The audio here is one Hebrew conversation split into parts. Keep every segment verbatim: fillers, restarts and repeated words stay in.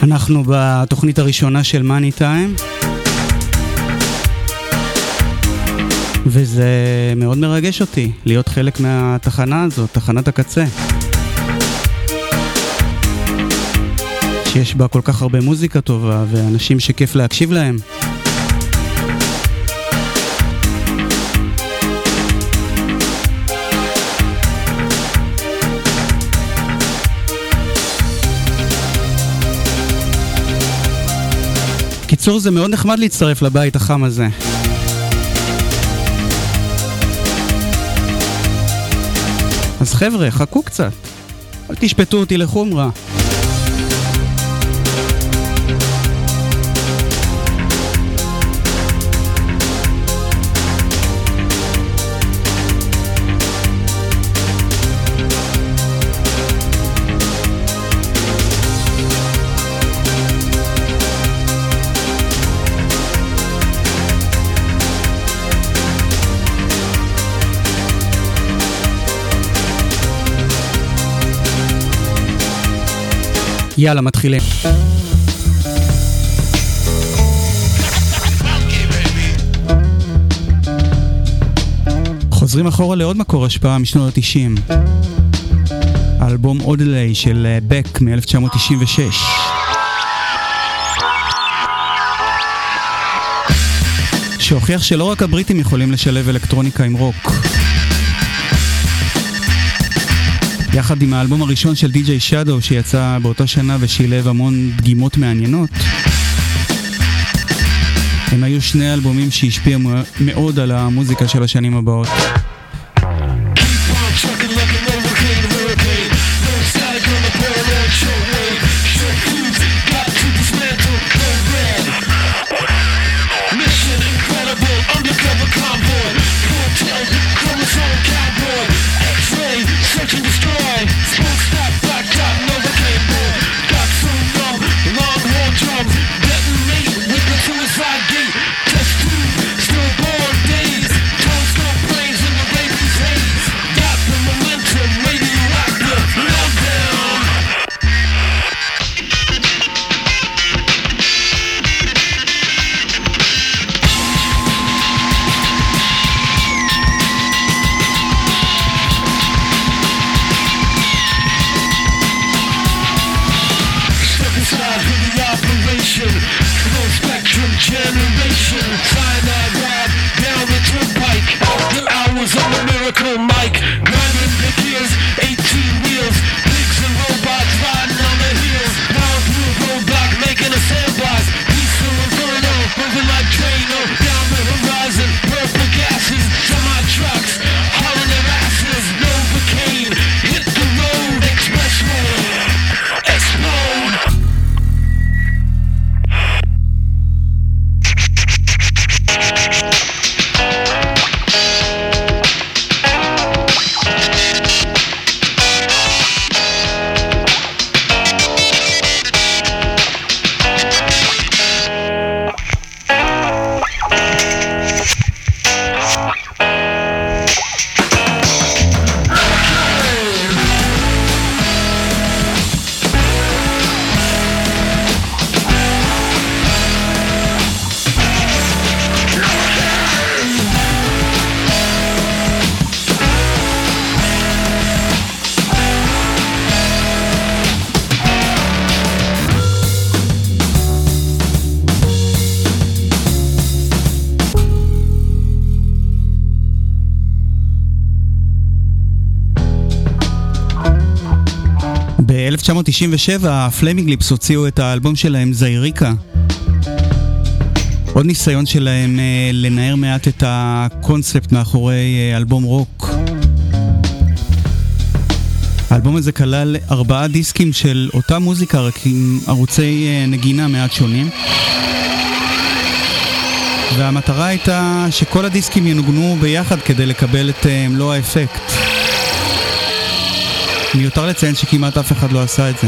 אנחנו בתוכנית הראשונה של מאני טיים, וזה מאוד מרגש אותי להיות חלק מהתחנה הזאת, תחנת הקצה, שיש בה כל כך הרבה מוזיקה טובה ואנשים שכיף להקשיב להם. קיצור, זה מאוד נחמד להצטרף לבית החם הזה. אז חבר'ה, חכו קצת, אל תשפטו אותי לחומרה. יאללה, מתחילים. חוזרים אחורה לעוד מקור השפעה משנות ה-תשעים. האלבום אודלי של בק מ-אלף תשע מאות תשעים ושש. שהוכיח שלא רק הבריטים יכולים לשלב אלקטרוניקה עם רוק. יחד עם האלבום הראשון של די-ג'יי Shadow שיצא באותה שנה ושילב המון דגימות מעניינות, הם היו שני אלבומים שהשפיעו מאוד על המוזיקה של השנים הבאות. ב-אלף תשע מאות תשעים ושבע הפליימינג ליפס הוציאו את האלבום שלהם זייריקה. עוד ניסיון שלהם אה, לנער מעט את הקונספט מאחורי אה, אלבום רוק. האלבום הזה כלל ארבעה דיסקים של אותה מוזיקה רק עם ערוצי אה, נגינה מעט שונים. והמטרה הייתה שכל הדיסקים ינוגנו ביחד כדי לקבל את אה, מלוא האפקט. מיותר לציין שכמעט אף אחד לא עשה את זה.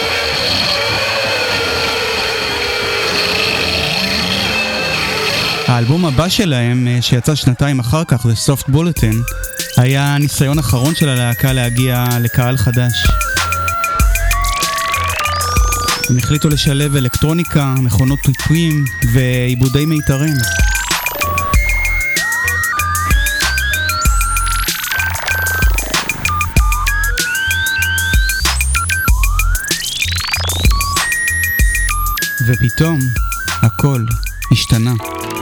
האלבום הבא שלהם, שיצא שנתיים אחר כך, זה Soft Bulletin, היה ניסיון אחרון של הלהקה להגיע לקהל חדש. הם החליטו לשלב אלקטרוניקה, מכונות טיפים ועיבודי מיתרים. ופתאום הכל השתנה.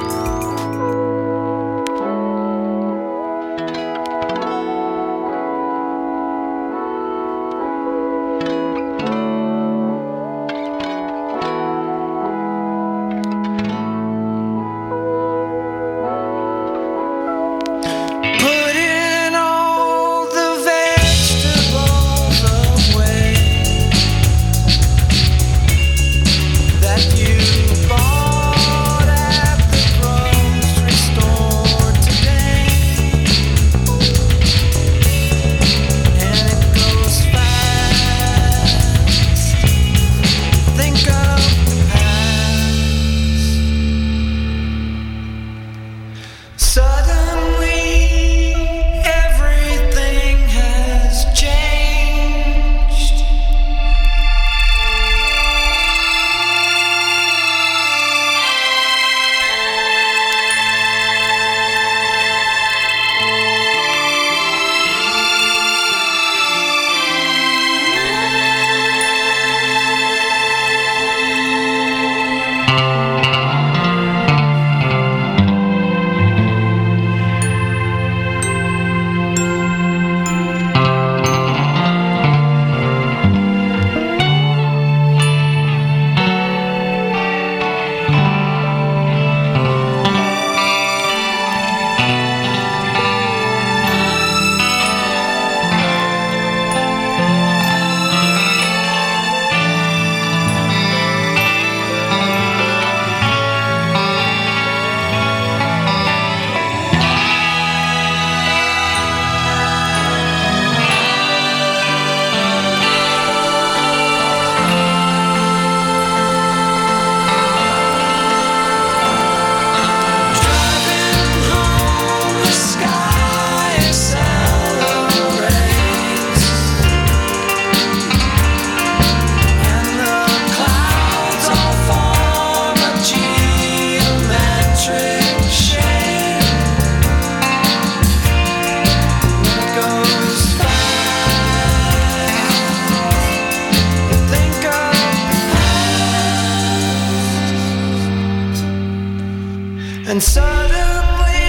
And suddenly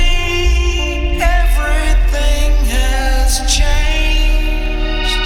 everything has changed.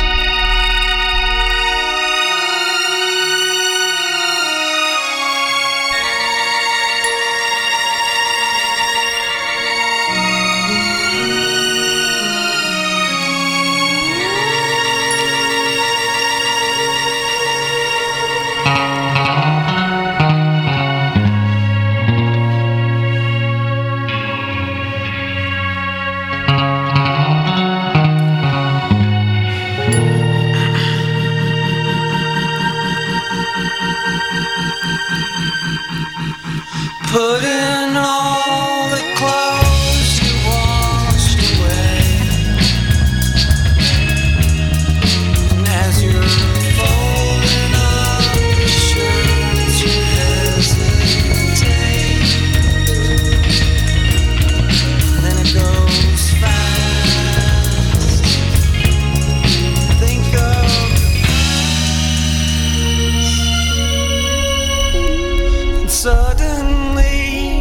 Putting all the clothes you washed away, and as you're folding up your shirts, you hesitate. Then it goes fast. Think of and suddenly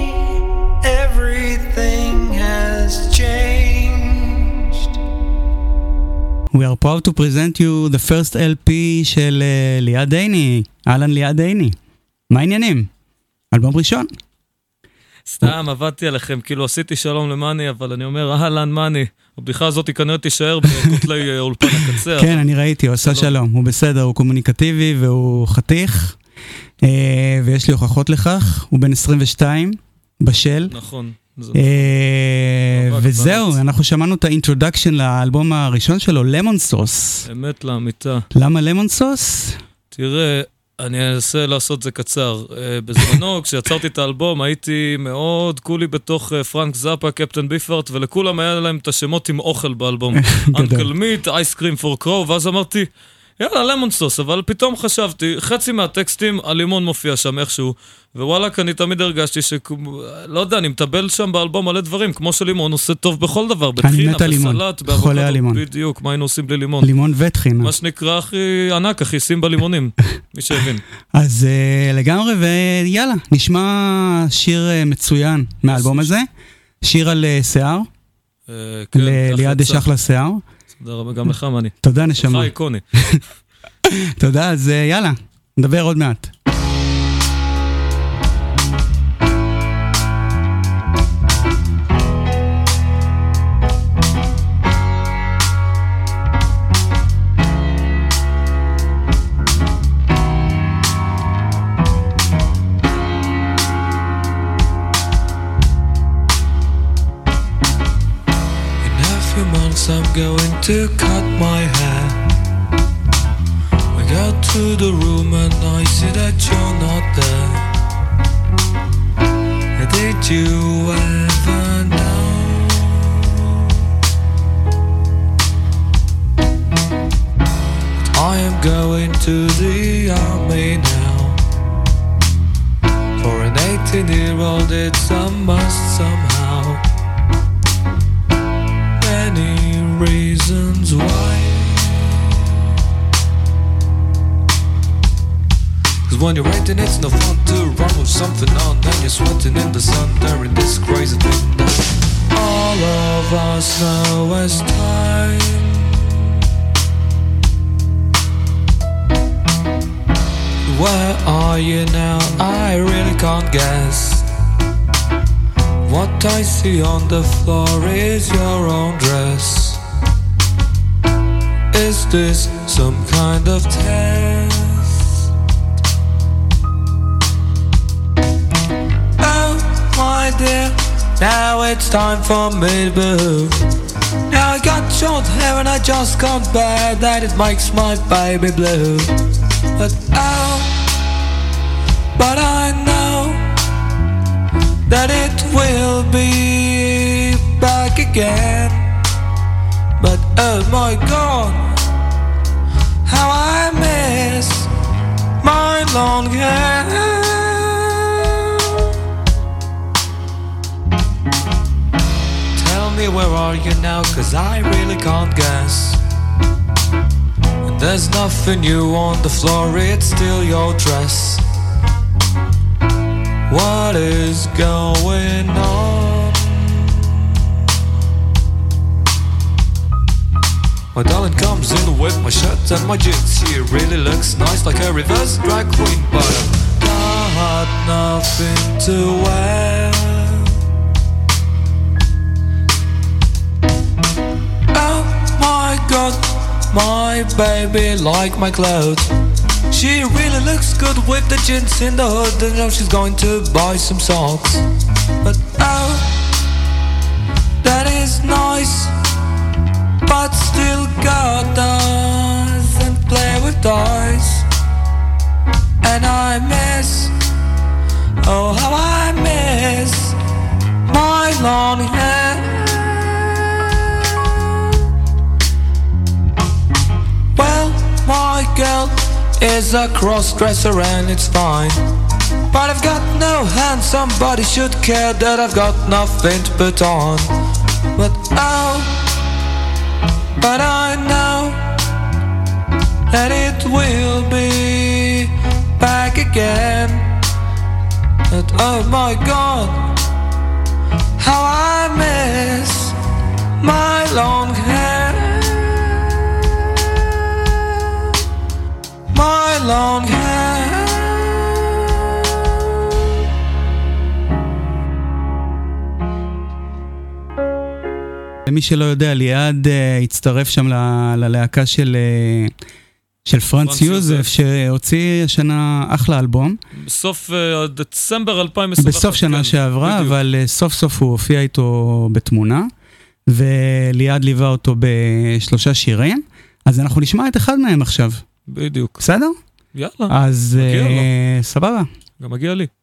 everything has changed. We are proud to present you the first L P של uh, ליעד דייני. אהלן ליעד דייני. מה העניינים? אלבום ראשון. סתם, עבדתי עליכם, כאילו עשיתי שלום למאני, אבל אני אומר, אהלן מאני. הבדיחה הזאת כנראה תישאר בכותלי אולפן הקצה. כן, אני ראיתי, הוא עושה שלום. הוא בסדר, הוא קומוניקטיבי והוא חתיך, ויש לי הוכחות לכך. הוא בן עשרים ושתיים, בשל. נכון. וזהו, אנחנו שמענו את האינטרודקשן לאלבום הראשון שלו, למון סוס. אמת לאמיתה. למה למון סוס? תראה, אני אנסה לעשות זה קצר. בזמנו, כשיצרתי את האלבום, הייתי מאוד קולי בתוך פרנק זאפה, קפטן ביפרט, ולכולם היה להם את השמות עם אוכל באלבום. אנקל מיט, אייס קרים פור קרו, ואז אמרתי, יאללה, למון סוס, אבל פתאום חשבתי, חצי מהטקסטים, הלימון מופיע שם איכשהו, ווואלה, אני תמיד הרגשתי ש... לא יודע, אני מטבל שם באלבום מלא דברים, כמו שלימון עושה טוב בכל דבר, בטחינה, בסלט, באבוקדו, בדיוק, מה היינו עושים בלי לימון? לימון וטחינה. מה שנקרא הכי ענק, הכי שים בלימונים, מי שהבין. אז לגמרי, ויאללה, נשמע שיר מצוין מהאלבום הזה, שיר על שיער, ליד יש אחלה שיער. תודה רבה גם לך, מני. תודה, נשמה. לך איקוני. תודה, אז יאללה, נדבר עוד מעט. I'm going to cut my hair. We got to the room and I see that you're not there. Did you ever know? I am going to the army now. For an eighteen year old it's a must somehow. Many reasons why. Cause when you're eighteen it's no fun to run with something on. Then you're sweating in the sun during this crazy thing that all of us know as time. Where are you now? I really can't guess. What I see on the floor is your own dress. Is this some kind of test? Oh, my dear, now it's time for me to move. Now I got short hair and I just can't bear that it makes my baby blue. But oh, but I know that it will be back again. But oh my God, how I miss my long hair. Tell me where are you now, cause I really can't guess. And there's nothing new on the floor, it's still your dress. What is going on? My darling comes in with my shirt and my jeans. She really looks nice like a reverse drag queen, but I've got nothing to wear. Oh my God, my baby like my clothes. She really looks good with the jeans in the hood. And now she's going to buy some socks. But oh, that is nice. But still God doesn't play with toys. And I miss, oh how I miss my long hair. Well, my girl is a cross-dresser and it's fine. But I've got no hands, somebody should care that I've got nothing to put on. But oh, but I know that it will be back again. But oh my God, how I miss my long hair. My long hair. למי שלא יודע, ליעד הצטרף שם ללהקה של של פרנץ יוזף, שהוציא השנה אחלה אלבום. בסוף דצמבר אלפיים עשרים ואחת. בסוף שנה שעברה, אבל סוף סוף הוא הופיע איתו בתמונה, וליעד ליווה אותו בשלושה שירים, אז אנחנו נשמע את אחד מהם עכשיו. בדיוק. בסדר? יאללה. אז סבבה. גם מגיע לי.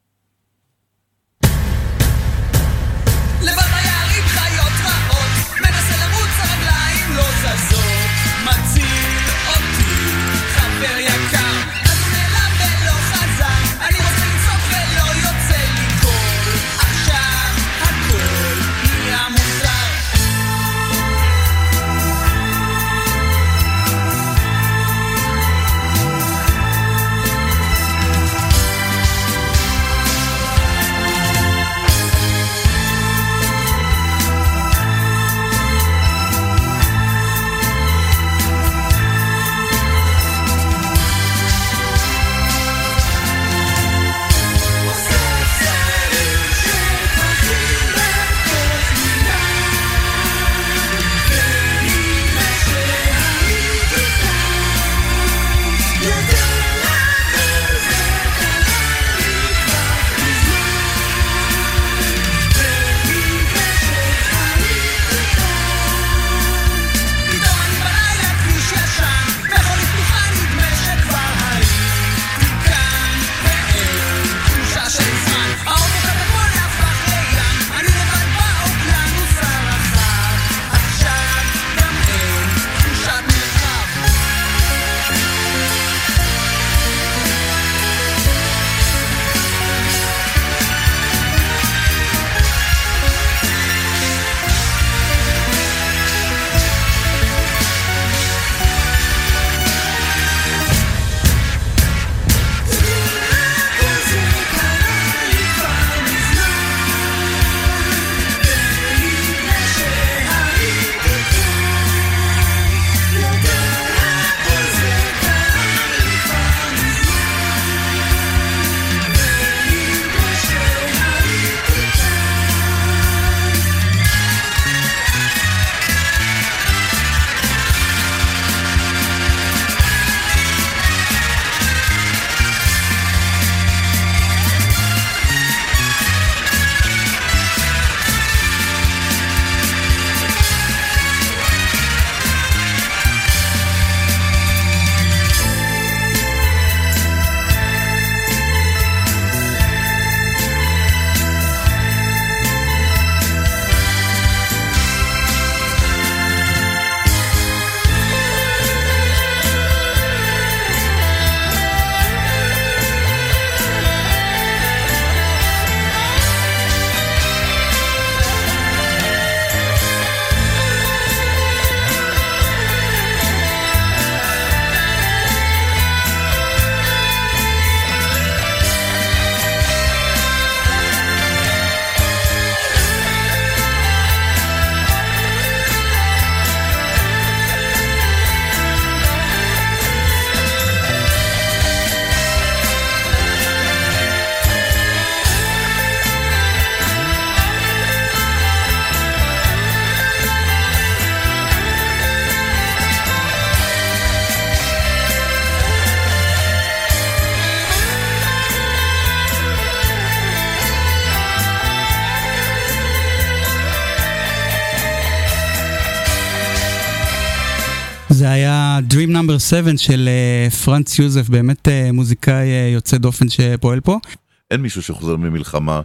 נאמבר שבע של פרנץ יוזף, באמת מוזיקאי יוצא דופן שפועל פה. אין מישהו שחוזר ממלחמה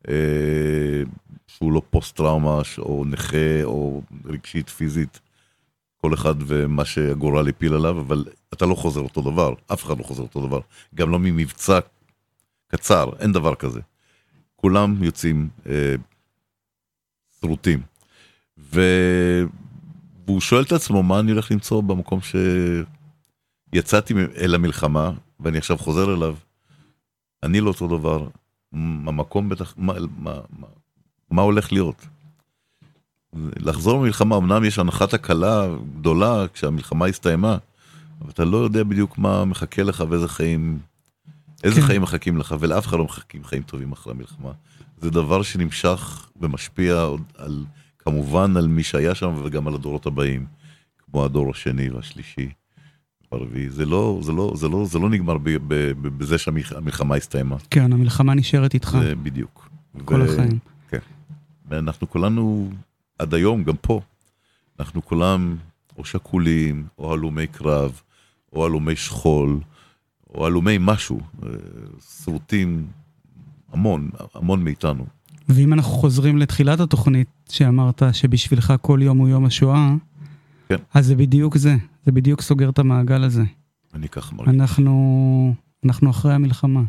שהוא לא פוסט-טראומה או נכה או רגשית פיזית, כל אחד ומה שהגורל הפיל עליו, אבל אתה לא חוזר אותו דבר, אף אחד לא חוזר אותו דבר, גם לא ממבצע קצר, אין דבר כזה. כולם יוצאים אה, סרוטים. ו... והוא שואל את עצמו מה אני הולך למצוא במקום שיצאתי אל המלחמה, ואני עכשיו חוזר אליו, אני לא אותו דבר, המקום בטח, מה, מה, מה, מה הולך להיות? לחזור במלחמה, אמנם יש הנחת הקלה גדולה כשהמלחמה הסתיימה, אבל אתה לא יודע בדיוק מה מחכה לך ואיזה חיים, איזה כן. חיים מחכים לך, ולאף אחד לא מחכים חיים טובים אחרי המלחמה. זה דבר שנמשך ומשפיע על, כמובן על מי שהיה שם וגם על הדורות הבאים, כמו הדור השני והשלישי והרביעי. זה לא, זה לא, זה לא, זה לא נגמר ב, ב, ב, בזה שהמלחמה הסתיימה. כן, המלחמה נשארת איתך. זה בדיוק. כל ו... החיים. כן. ואנחנו כולנו, עד היום, גם פה, אנחנו כולם או שקולים, או הלומי קרב, או הלומי שכול, או הלומי משהו, סרוטים, המון, המון מאיתנו. ואם אנחנו חוזרים לתחילת התוכנית, שאמרת שבשבילך כל יום הוא יום השואה, כן. אז זה בדיוק זה, זה בדיוק סוגר את המעגל הזה. אני ככה מרגיש. אנחנו, אנחנו אחרי המלחמה.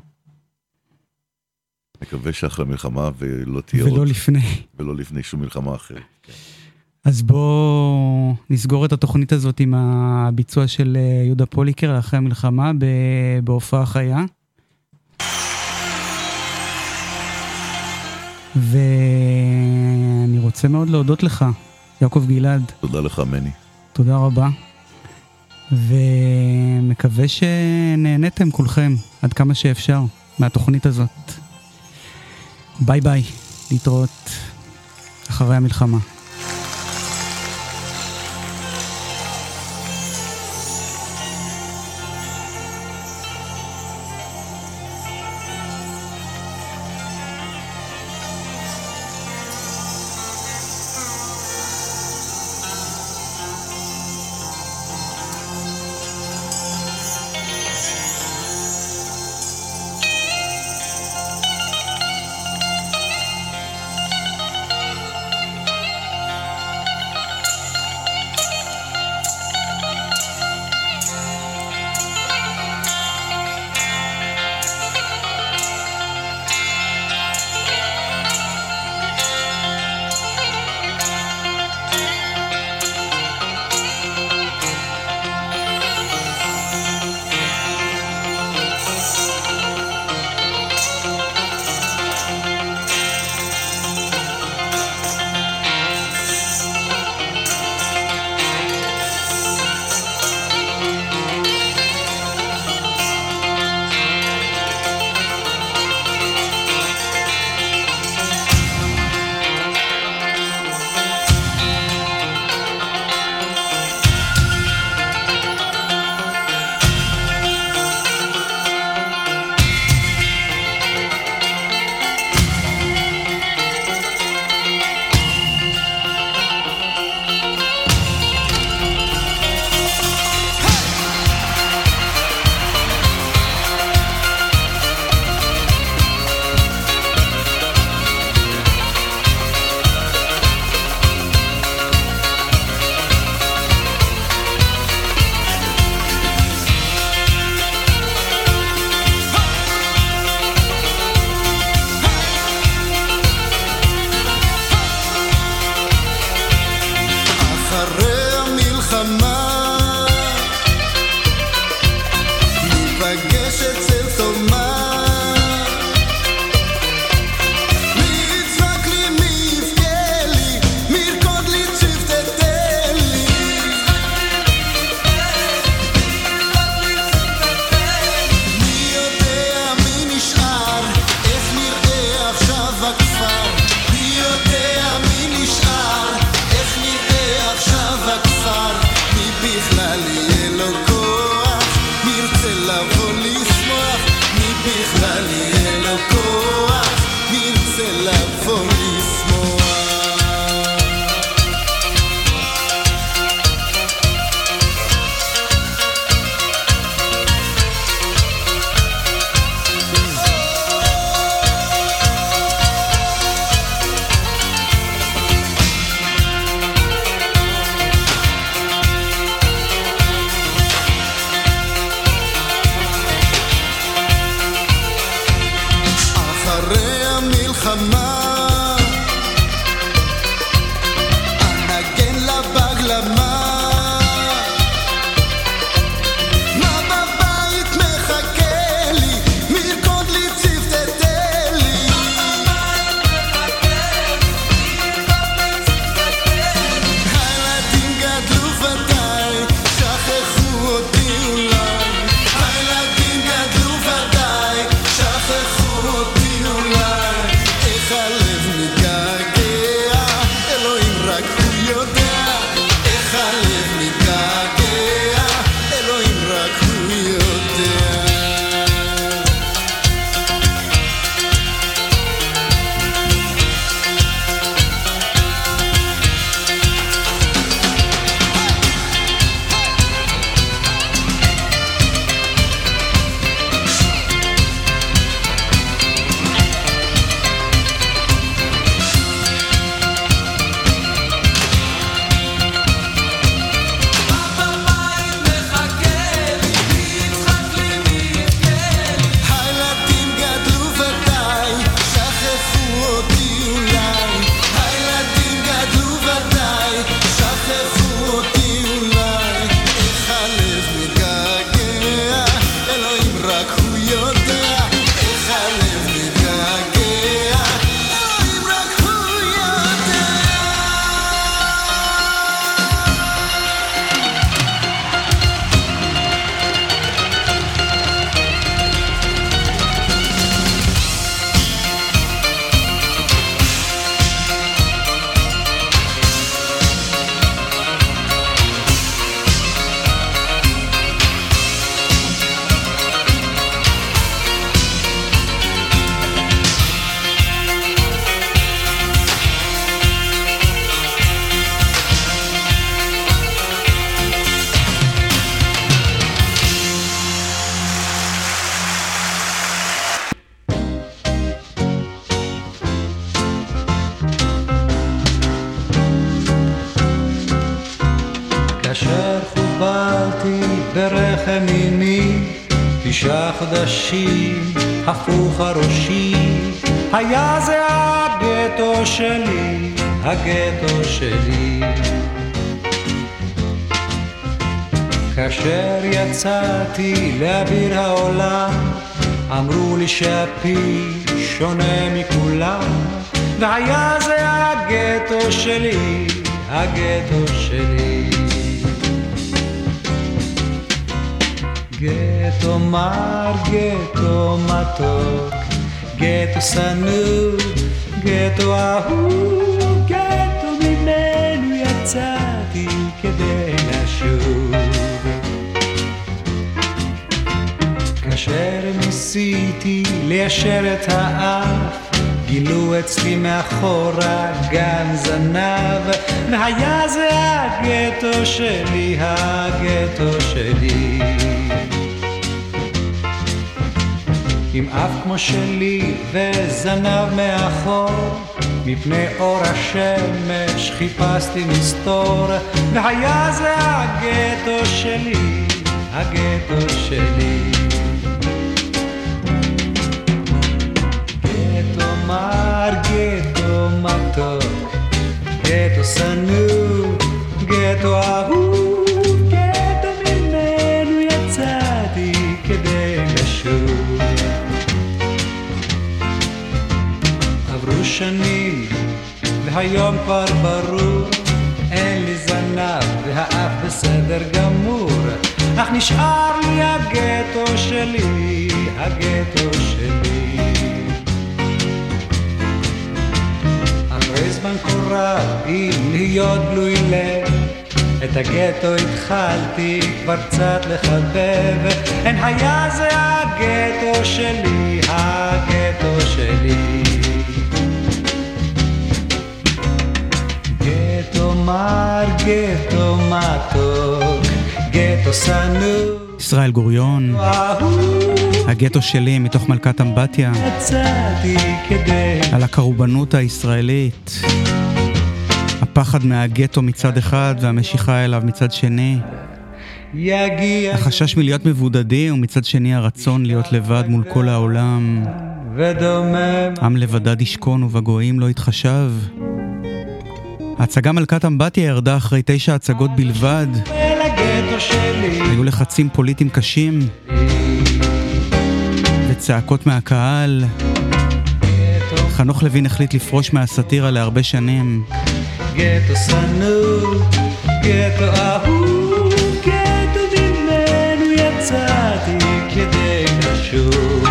מקווה שאחרי המלחמה ולא תהיה ולא עוד. לפני. ולא לפני שום מלחמה אחרת. כן. אז בואו נסגור את התוכנית הזאת עם הביצוע של יהודה פוליקר אחרי המלחמה בהופעה חיה. ואני רוצה מאוד להודות לך, יעקב גלעד. תודה לך, מני. תודה רבה. ומקווה שנהנתם כולכם עד כמה שאפשר מהתוכנית הזאת. ביי ביי, להתראות אחרי המלחמה. שישה חודשים הפוך הראשי, היה זה הגטו שלי, הגטו שלי. כאשר יצאתי לאוויר העולם, אמרו לי שהפי שונה מכולם, והיה זה הגטו שלי, הגטו שלי. גטו מר, גטו מתוק, גטו סנור, גטו אהוב, גטו ממנו יצאתי כדי לשוב. כאשר ניסיתי ליישר את האף, גילו אצלי מאחורה גן זנב, והיה זה הגטו שלי, הגטו שלי. עם אף כמו שלי וזנב מאחור, מפני אור השמש חיפשתי מסתור, והיה זה הגטו שלי, הגטו שלי. גטו מר, גטו מתוק, גטו סנור, גטו אהוב, גטו ממנו יצאתי כדי לשוב. עברו שנים והיום כבר ברור, אין לי זנב והאף בסדר גמור, אך נשאר לי הגטו שלי, הגטו שלי. אחרי זמן קורב עם להיות גלוי לב, את הגטו התחלתי כבר קצת לחבב, אין היה זה הגטו שלי, הגטו שלי. גטו מר, גטו מתוק, גטו סנור, ישראל גוריון, הגטו שלי מתוך מלכת אמבטיה, על הקורבנות הישראלית, הפחד מהגטו מצד אחד והמשיכה אליו מצד שני, החשש מלהיות מבודדי ומצד שני הרצון להיות לבד מול כל העולם. עם לבדד ישכון ובגויים לא יתחשב. ההצגה מלכת אמבטיה ירדה אחרי תשע הצגות בלבד. היו לחצים פוליטיים קשים וצעקות מהקהל. חנוך לוין החליט לפרוש מהסאטירה להרבה שנים. גטו סנור, גטו אהוב, גטו ממנו יצאתי כדי לשוב.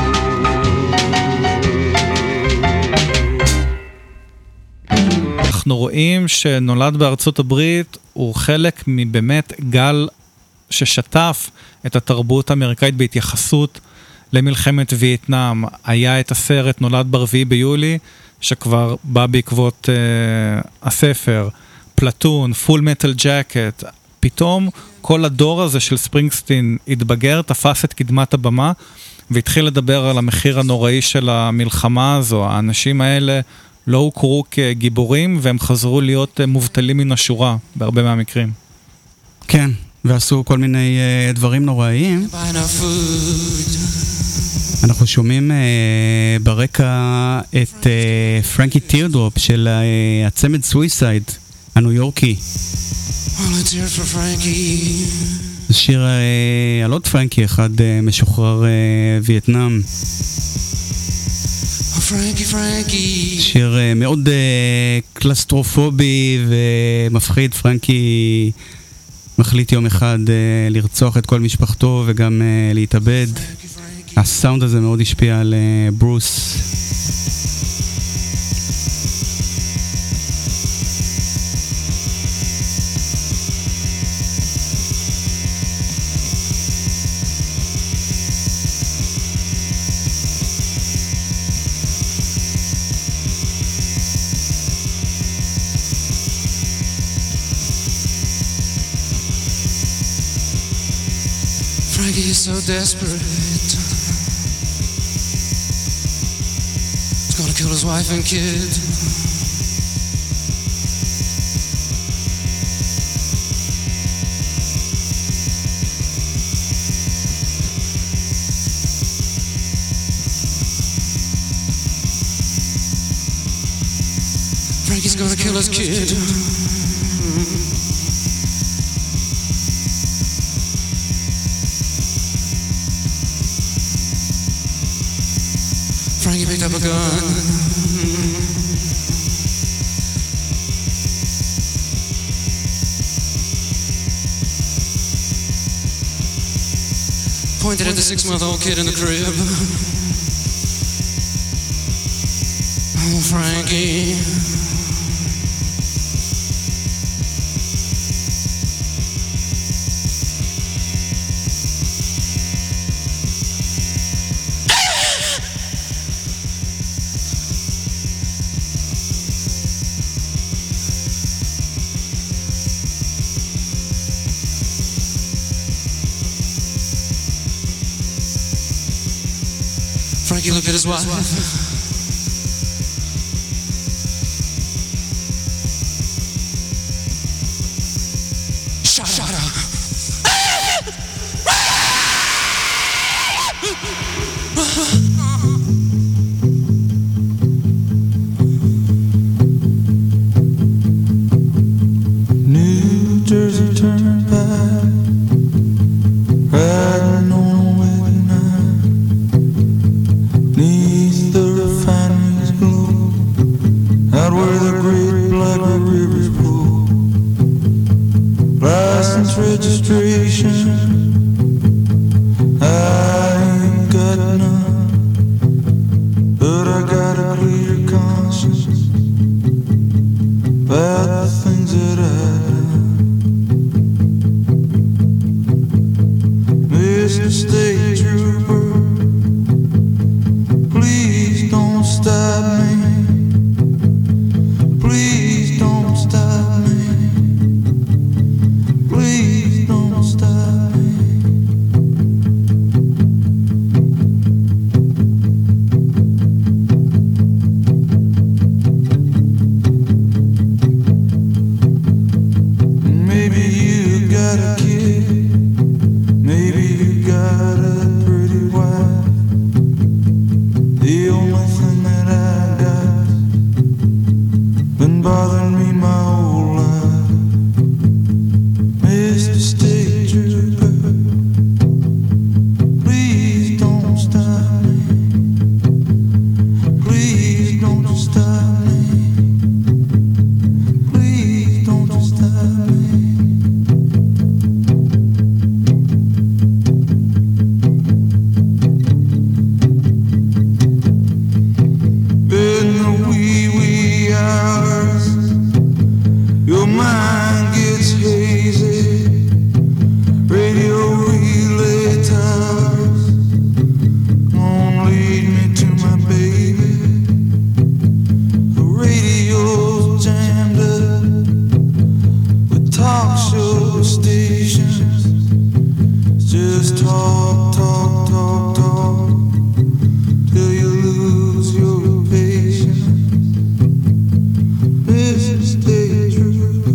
אנחנו רואים שנולד בארצות הברית הוא חלק מבאמת גל ששטף את התרבות האמריקאית בהתייחסות למלחמת וייטנאם. היה את הסרט נולד ברביעי ביולי, שכבר בא בעקבות uh, הספר, פלטון, פול מטל ג'קט. פתאום כל הדור הזה של ספרינגסטין התבגר, תפס את קדמת הבמה, והתחיל לדבר על המחיר הנוראי של המלחמה הזו. האנשים האלה לא הוכרו כגיבורים, והם חזרו להיות מובטלים מן השורה, בהרבה מהמקרים. כן, ועשו כל מיני uh, דברים נוראיים. אנחנו שומעים uh, ברקע את uh, פרנקי טירדרופ של uh, הצמד סוויסייד הניו יורקי. זה שיר uh, על עוד פרנקי אחד uh, משוחרר uh, וייטנאם. פרנקי, פרנקי. שיר uh, מאוד uh, קלסטרופובי ומפחיד. פרנקי מחליט יום אחד uh, לרצוח את כל משפחתו וגם uh, להתאבד. הסאונד הזה מאוד השפיע על uh, ברוס. Frankie is so desperate. He's gonna kill his wife and kid. he's gonna kill his kid. Frankie picked up a gun. Pointed at the six-month-old kid in the crib. Oh, Frankie. Frankie looked at his wife. Shut, Shut up. New Jersey Turnpike, riding on a wet night, neath the refinery's glow, out where the great black rivers flow. License registration, I ain't got none, but I got a clear conscience about the things that I've done. Mister State Trooper, please don't stop me. Please don't stop me. Please don't stop me. Maybe you got a kid. Maybe you got a pretty wife. The only thing that I got been bothering me my whole life. Mister State Trooper, please don't stop me. Please don't you stop me. Please don't you stop me. In the wee wee hours, your mind gets hazy. Radio relay towers won't lead me to my baby. The radio's jammed up with talk show stations. It's just talk, talk, talk, talk till you lose your patience. Mister State Trooper,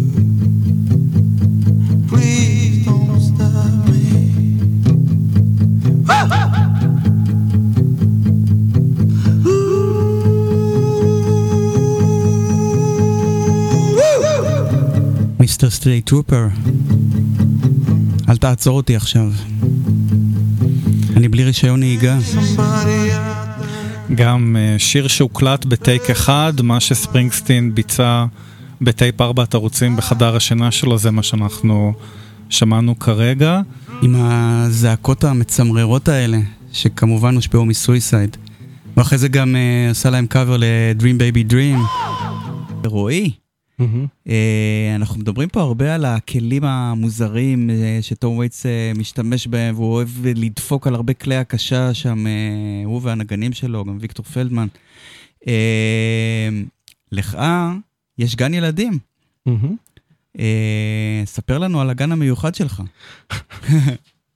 please don't stop me. מיסטר סטרייט טרופר, אל תעצור אותי עכשיו. אני בלי רישיון נהיגה. גם uh, שיר שהוקלט בטייק אחד, מה שספרינגסטין ביצע בטייפ ארבעת ערוצים בחדר השינה שלו, זה מה שאנחנו שמענו כרגע. עם הזעקות המצמררות האלה, שכמובן הושפעו מסויסייד. ואחרי זה גם uh, עשה להם קאבר ל-Dream Baby Dream. רועי, mm-hmm. uh, אנחנו מדברים פה הרבה על הכלים המוזרים uh, שטום וייטס uh, משתמש בהם, והוא אוהב לדפוק על הרבה כלי הקשה שם, uh, הוא והנגנים שלו, גם ויקטור פלדמן. Uh, לך יש גן ילדים. Mm-hmm. Uh, ספר לנו על הגן המיוחד שלך.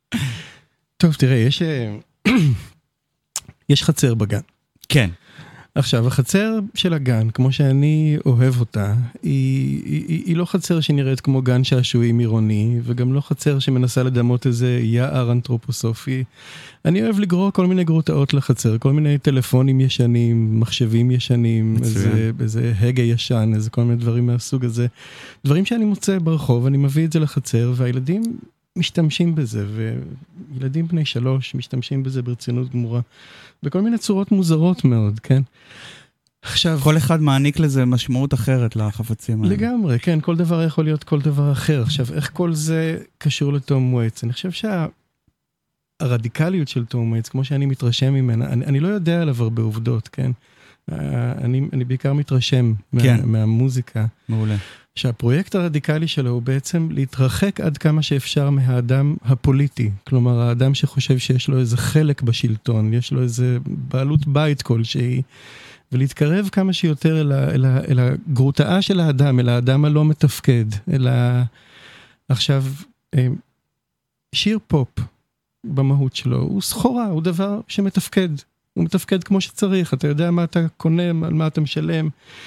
טוב, תראה, יש, יש חצר בגן. כן. עכשיו, החצר של הגן, כמו שאני אוהב אותה, היא, היא, היא לא חצר שנראית כמו גן שעשועים עירוני, וגם לא חצר שמנסה לדמות איזה יער אנתרופוסופי. אני אוהב לגרור כל מיני גרוטאות לחצר, כל מיני טלפונים ישנים, מחשבים ישנים, איזה, איזה הגה ישן, איזה כל מיני דברים מהסוג הזה. דברים שאני מוצא ברחוב, אני מביא את זה לחצר, והילדים משתמשים בזה, וילדים בני שלוש משתמשים בזה ברצינות גמורה, בכל מיני צורות מוזרות מאוד, כן? עכשיו... כל אחד מעניק לזה משמעות אחרת לחפצים האלה. לגמרי, כן, כל דבר יכול להיות כל דבר אחר. עכשיו, איך כל זה קשור לתום וייטס? אני חושב שהרדיקליות של תום וייטס, כמו שאני מתרשם ממנה, אני, אני לא יודע עליו הרבה עובדות, כן? אני, אני בעיקר מתרשם כן. מה, מהמוזיקה. מעולה. שהפרויקט הרדיקלי שלו הוא בעצם להתרחק עד כמה שאפשר מהאדם הפוליטי. כלומר, האדם שחושב שיש לו איזה חלק בשלטון, יש לו איזה בעלות בית כלשהי, ולהתקרב כמה שיותר אל, אל, אל הגרוטאה של האדם, אל האדם הלא מתפקד. אל ה... עכשיו, שיר פופ במהות שלו הוא סחורה, הוא דבר שמתפקד. הוא מתפקד כמו שצריך, אתה יודע מה אתה קונה, על מה אתה משלם.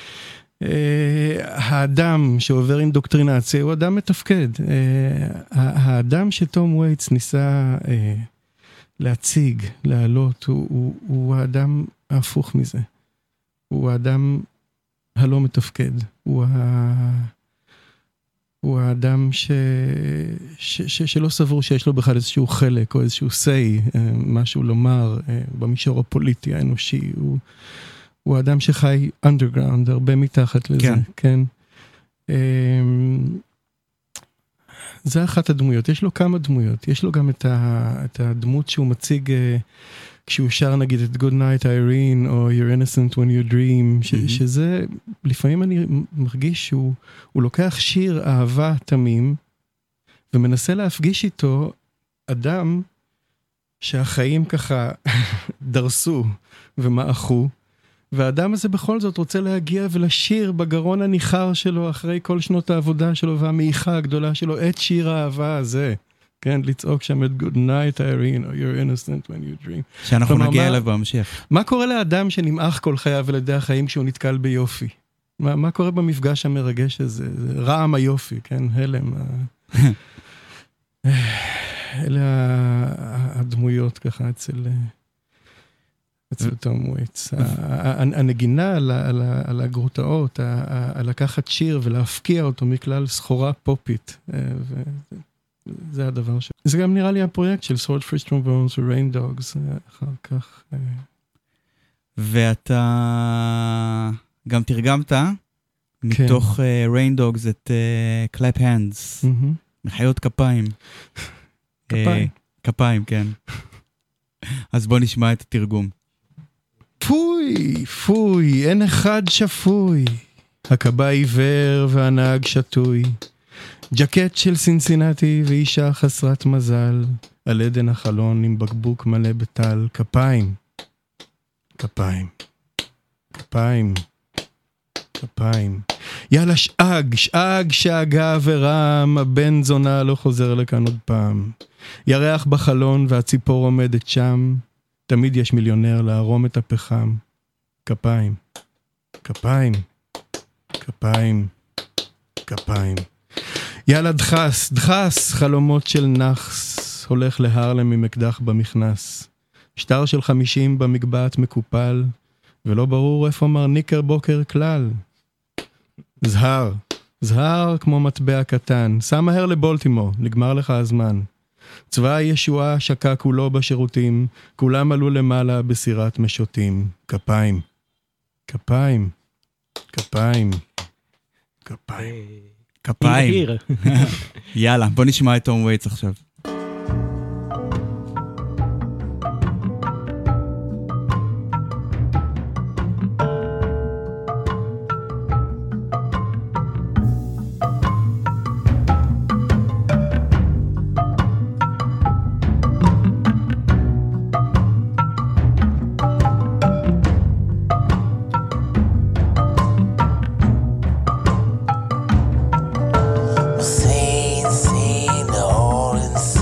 האדם שעובר אינדוקטרינציה הוא אדם מתפקד. האדם שתום וייטס ניסה להציג, להעלות, הוא, הוא, הוא האדם ההפוך מזה. הוא האדם הלא מתפקד. הוא, ה... הוא האדם ש... ש... ש... שלא סבור שיש לו בכלל איזשהו חלק או איזשהו say, משהו לומר במישור הפוליטי האנושי. הוא... הוא האדם שחי underground, הרבה מתחת לזה, כן. כן. זה אחת הדמויות, יש לו כמה דמויות, יש לו גם את, ה, את הדמות שהוא מציג, כשהוא שר נגיד את Good Night Irene, או You're Innocent When You Dream, ש, mm-hmm. שזה, לפעמים אני מרגיש שהוא הוא לוקח שיר אהבה תמים, ומנסה להפגיש איתו אדם שהחיים ככה דרסו ומאחו, והאדם הזה בכל זאת רוצה להגיע ולשיר בגרון הניחר שלו אחרי כל שנות העבודה שלו והמעיכה הגדולה שלו את שיר האהבה הזה. כן, לצעוק שם את Good Night Irene, or You're Innocent When You Dream. שאנחנו נגיע מה, אליו בהמשך. מה קורה לאדם שנמעך כל חייו על ידי החיים כשהוא נתקל ביופי? מה, מה קורה במפגש המרגש הזה? רעם היופי, כן, הלם. אלה הדמויות ככה אצל... אצל תום וייטס. הנגינה על הגרוטאות, על לקחת שיר ולהפקיע אותו מכלל סחורה פופית, זה הדבר ש... זה גם נראה לי הפרויקט של Sword Fish Trombones ו-Rain Dogs, אחר כך. ואתה גם תרגמת מתוך Rain Dogs את Clap Hands, מחיות כפיים. כפיים. כפיים, כן. אז בוא נשמע את התרגום. פוי, פוי, אין אחד שפוי. הקבע עיוור והנהג שטוי. ג'קט של סינסינטי ואישה חסרת מזל. על עדן החלון עם בקבוק מלא בטל. כפיים. כפיים. כפיים. כפיים. יאללה שאג, שאג, שאגה ורם. הבן זונה לא חוזר לכאן עוד פעם. ירח בחלון והציפור עומדת שם. תמיד יש מיליונר להרום את הפחם. כפיים, כפיים, כפיים, כפיים. יאללה דחס, דחס, חלומות של נחס, הולך להרלם עם אקדח במכנס. שטר של חמישים במגבעת מקופל, ולא ברור איפה מר ניקר בוקר כלל. זהר, זהר כמו מטבע קטן, שם מהר לבולטימור, נגמר לך הזמן. צבא הישועה שקע כולו בשירותים, כולם עלו למעלה בסירת משוטים. כפיים, כפיים, כפיים, כפיים, כפיים. יאללה, בוא נשמע את תום וייטס עכשיו. Seen, seen the hole inside.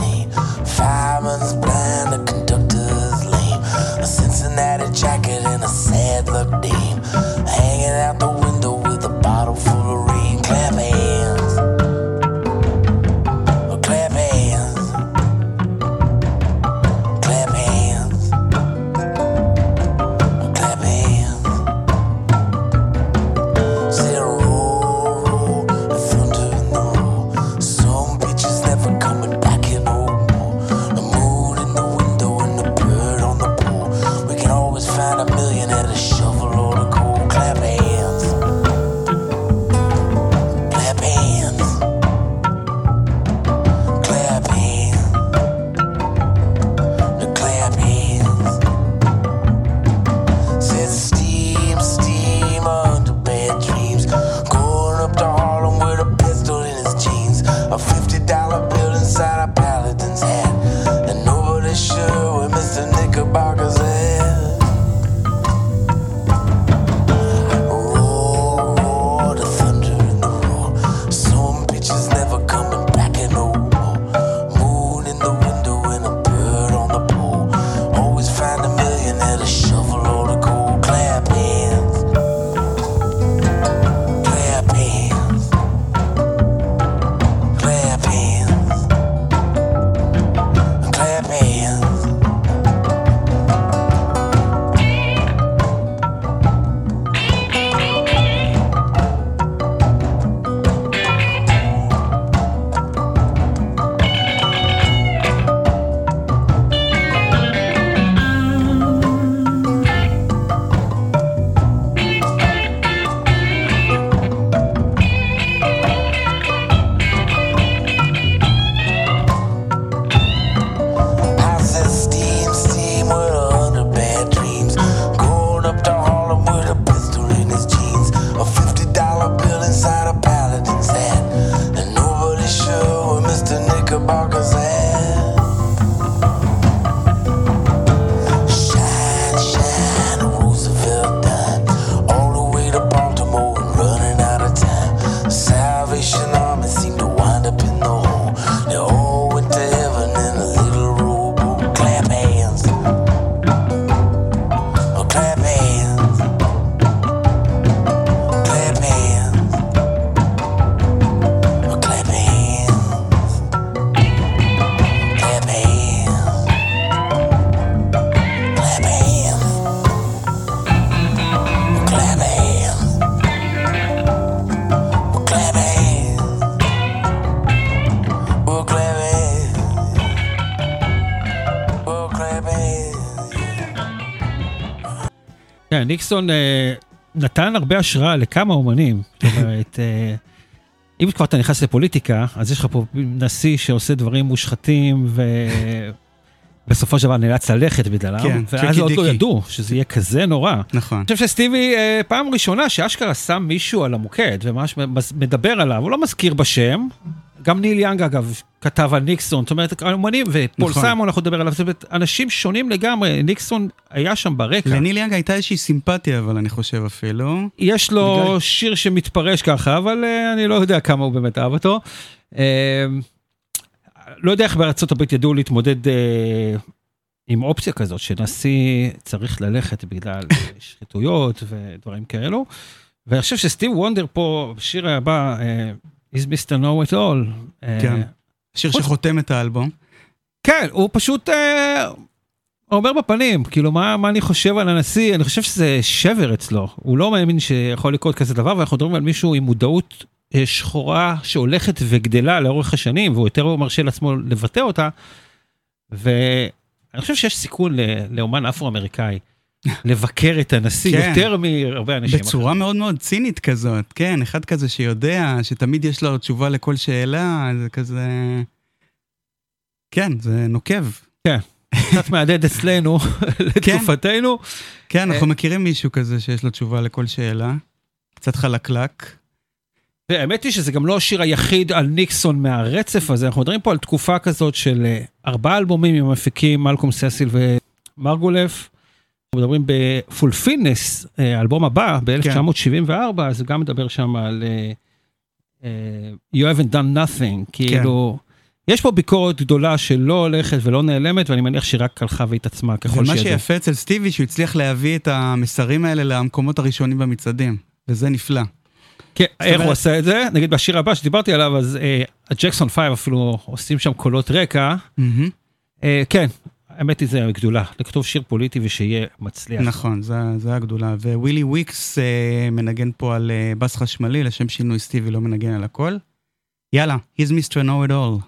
כן, ניקסון נתן הרבה השראה לכמה אומנים. זאת אומרת, אם כבר אתה נכנס לפוליטיקה, אז יש לך פה נשיא שעושה דברים מושחתים, ובסופו של דבר נאלץ ללכת בגללם, כן, ואז עוד לא ידעו שזה יהיה כזה נורא. נכון. אני חושב שסטיבי, פעם ראשונה שאשכרה שם מישהו על המוקד, וממש מדבר עליו, הוא לא מזכיר בשם, גם ניל יאנג אגב כתב על ניקסון, זאת אומרת, אומנים, ופול נכון. סיימון אנחנו נדבר עליו, זאת אומרת, אנשים שונים לגמרי, ניקסון היה שם ברקע. לניל יאנג הייתה איזושהי סימפתיה, אבל אני חושב אפילו. יש לו בגלל... שיר שמתפרש ככה, אבל uh, אני לא יודע כמה הוא באמת אהב אותו. Uh, לא יודע איך בארצות הברית ידעו להתמודד uh, עם אופציה כזאת, שנשיא צריך ללכת בגלל שחיתויות ודברים כאלו. ואני חושב שסטיב וונדר פה, בשיר הבא, uh, is מיסטר Know It All. כן, שיר שחותם את האלבום. כן, הוא פשוט... Uh, אומר בפנים, כאילו, מה, מה אני חושב על הנשיא? אני חושב שזה שבר אצלו. הוא לא מאמין שיכול לקרות כזה דבר, ואנחנו מדברים על מישהו עם מודעות שחורה שהולכת וגדלה לאורך השנים, והוא יותר מרשה לעצמו לבטא אותה, ואני חושב שיש סיכון לאומן אפרו-אמריקאי לבקר את הנשיא כן. יותר מהרבה אנשים. בצורה אחרי. מאוד מאוד צינית כזאת, כן, אחד כזה שיודע, שתמיד יש לו תשובה לכל שאלה, זה כזה... כן, זה נוקב. כן. קצת מעדד אצלנו, לתקופתנו. כן, אנחנו מכירים מישהו כזה שיש לו תשובה לכל שאלה. קצת חלקלק. והאמת היא שזה גם לא השיר היחיד על ניקסון מהרצף הזה. אנחנו מדברים פה על תקופה כזאת של ארבעה אלבומים עם המפיקים, מלקום ססיל ומרגולף. אנחנו מדברים בפולפילנס, האלבום הבא, ב-אלף תשע מאות שבעים וארבע, אז הוא גם מדבר שם על You haven't done nothing, כאילו... יש פה ביקורת גדולה שלא הולכת ולא נעלמת, ואני מניח שרק הלכה והתעצמה ככל שידע. ומה שיפה אצל סטיבי, שהוא הצליח להביא את המסרים האלה למקומות הראשונים במצעדים, וזה נפלא. כן, איך הוא עשה את זה? נגיד בשיר הבא שדיברתי עליו, אז הג'קסון פייב אפילו עושים שם קולות רקע. כן, האמת היא זה גדולה, לכתוב שיר פוליטי ושיהיה מצליח. נכון, זה הגדולה. ווילי וויקס מנגן פה על בס חשמלי, לשם שינוי סטיבי לא מנגן על הכל. יאללה, he's מיסטר Know It All.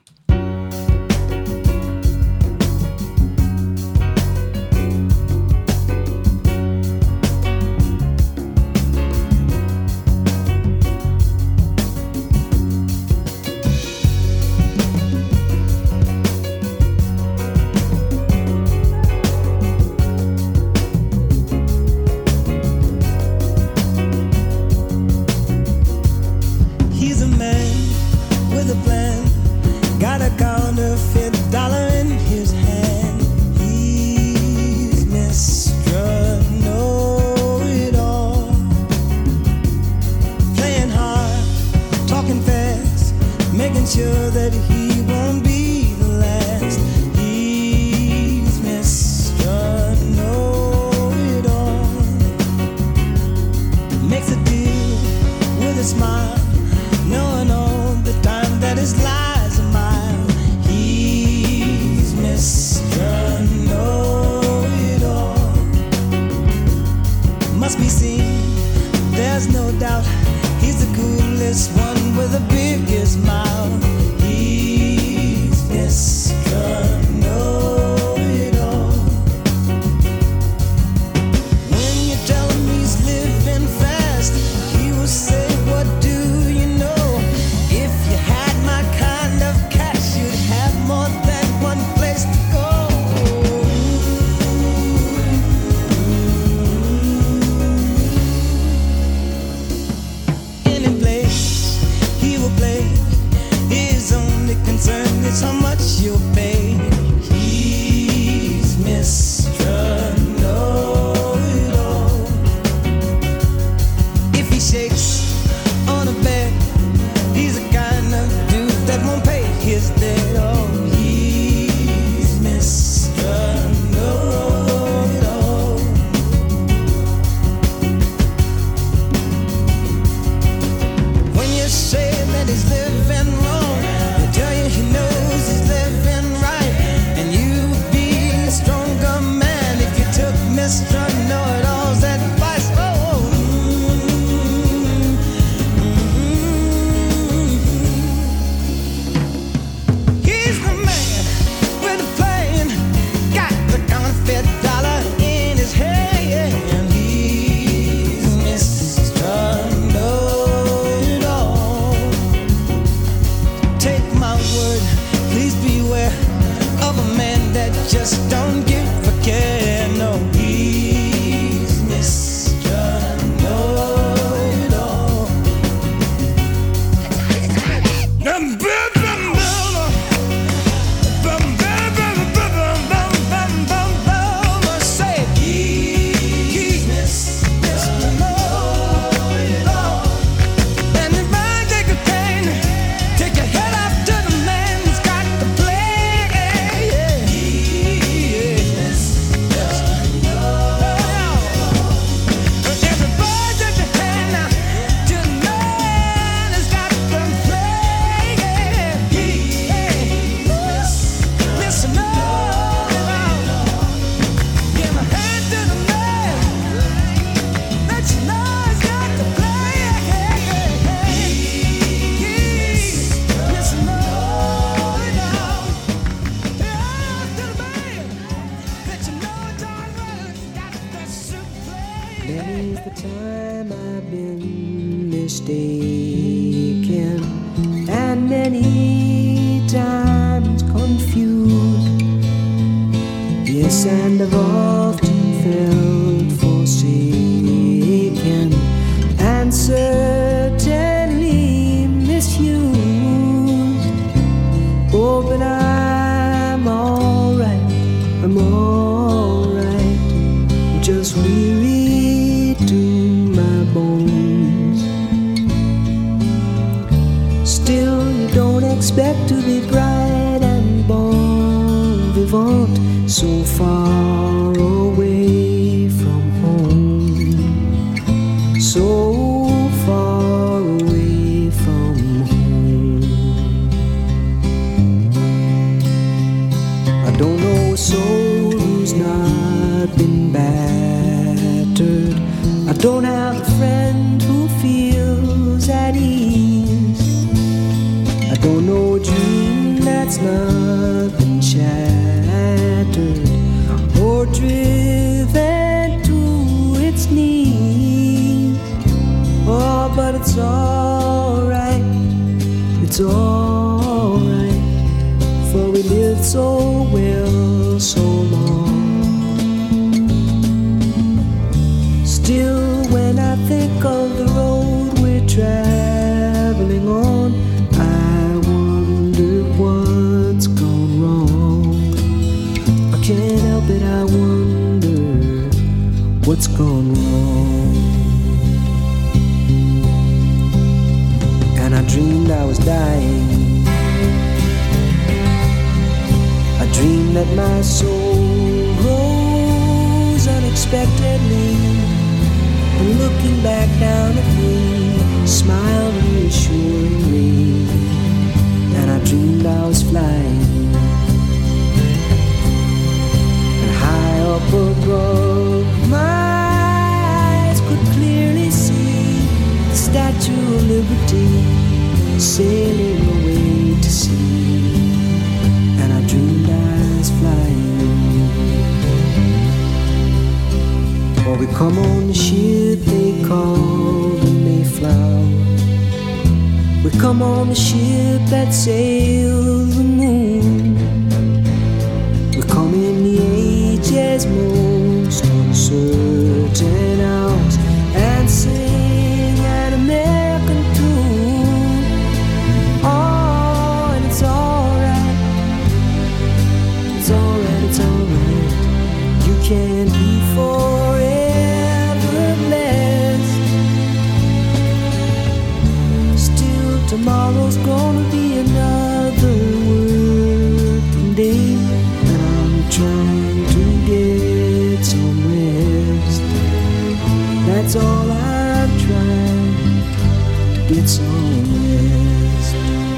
Many's the time I've been mistaken, and many times confused. Yes, and I've often felt forsaken, and certainly misused. Oh, but I'm alright, I'm alright, I'm just weary to my bones. Still, you don't expect to be bright and bon vivant, so far away from home, so far away from home. I don't know a soul who's not been battered. I don't have a friend who feels at ease. I don't know a dream that's not been shattered or driven to its knees. Oh, but it's alright, it's alright, for we lived so well so long. Still, when I think of the road we're traveling on, I wonder what's gone wrong. I can't help it, I wonder what's gone wrong. And I dreamed I was dying. I dreamed that my soul rose unexpectedly, and looking back down at me, smiled reassuringly. And I dreamed I was flying, and high up above, my eyes could clearly see the Statue of Liberty sailing away to sea. And I dreamed I was flying. Or we come on the ship they call the Mayflower. We come on the ship that sails the moon. We come in the age's most uncertain hours and sing an American tune. Oh, and it's alright, it's alright, it's alright. You can be forever blessed. Still, tomorrow's gonna be another working day, and I'm trying to get some rest. That's all I'm trying, to get some rest.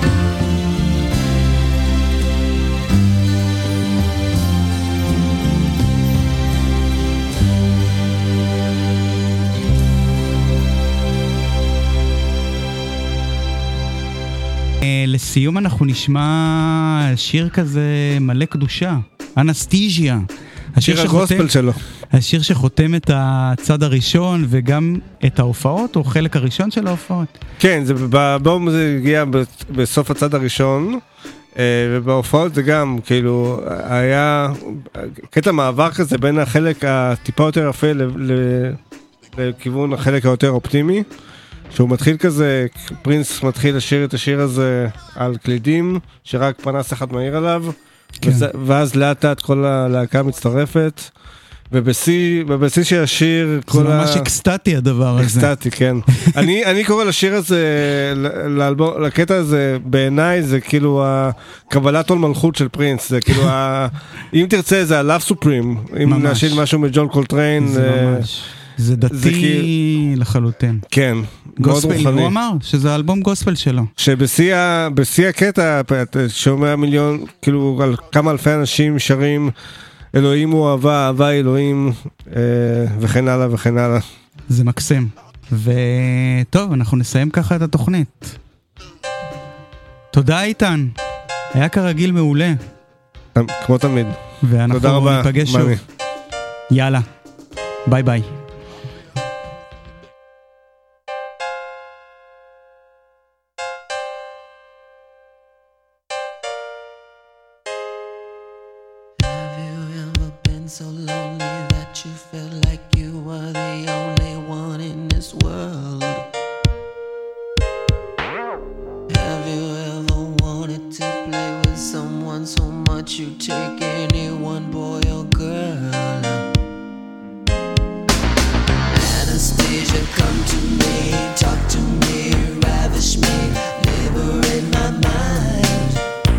לסיום אנחנו נשמע שיר כזה מלא קדושה, אנסטיז'יה. שיר הגוספל שלו. השיר שחותם את הצד הראשון וגם את ההופעות, או חלק הראשון של ההופעות. כן, זה, באלבום זה הגיע בסוף הצד הראשון, ובהופעות זה גם, כאילו, היה קטע מעבר כזה בין החלק הטיפה יותר יפה לכיוון החלק היותר אופטימי, שהוא מתחיל כזה, פרינס מתחיל לשיר את השיר הזה על קלידים, שרק פנס אחד מהיר עליו, כן. וזה, ואז לאט לאט כל הלהקה מצטרפת, ובשיא, ובשיא של השיר, זה ממש ה... אקסטטי הדבר הזה. אקסטטי, כן. אני, אני קורא לשיר הזה, לאלבום, לקטע הזה, בעיניי זה כאילו הקבלת עול מלכות של פרינס, זה כאילו, ה... אם תרצה זה ה-Love Supreme, אם נשאיר משהו מג'ון קולטריין, זה ממש. זה דתי זה כאילו... לחלוטין. כן. גוספל, הוא אמר שזה האלבום גוספל שלו. שבשיא הקטע, אתה שומע מיליון, כאילו על כמה אלפי אנשים שרים, אלוהים הוא אהבה, אהבה אלוהים, אה, וכן הלאה וכן הלאה. זה מקסים. וטוב, אנחנו נסיים ככה את התוכנית. תודה איתן. היה כרגיל מעולה. כמו תמיד. ואנחנו ניפגש שוב. יאללה. ביי ביי. you were the only one in this world. Have you ever wanted to play with someone so much you'd take anyone, boy or girl? Anastasia, come to me, talk to me, ravish me, liberate my mind.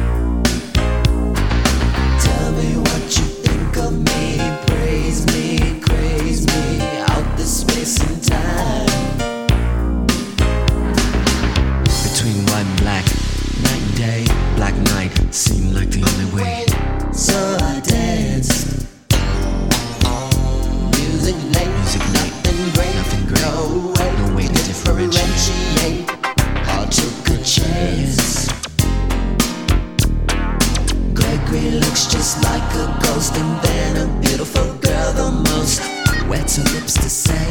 Tell me what you think of me, praise me, craze me, out this space and time. Between white and black, night and day, black night seemed like the only way. So I danced. Music late, music late, nothing great, nothing great. No way, no way to differentiate. I took a chance. Gregory looks just like a ghost, and then a beautiful girl, the most wets her lips to say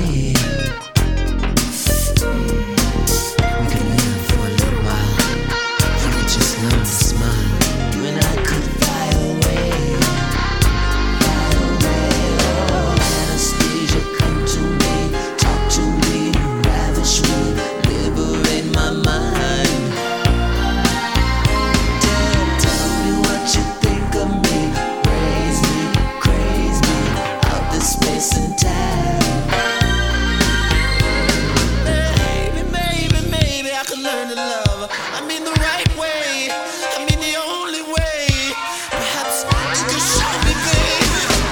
we could live for a little while. You could just learn to smile. You and I could fly away, fly away. Oh, Anastasia, come to me, talk to me, ravish me, liberate my mind. Tell, tell me what you think of me, praise me, craze me, out this space and time. Maybe, maybe, maybe I could learn to love. I mean the right way, I mean the only way. Perhaps you could show me, babe.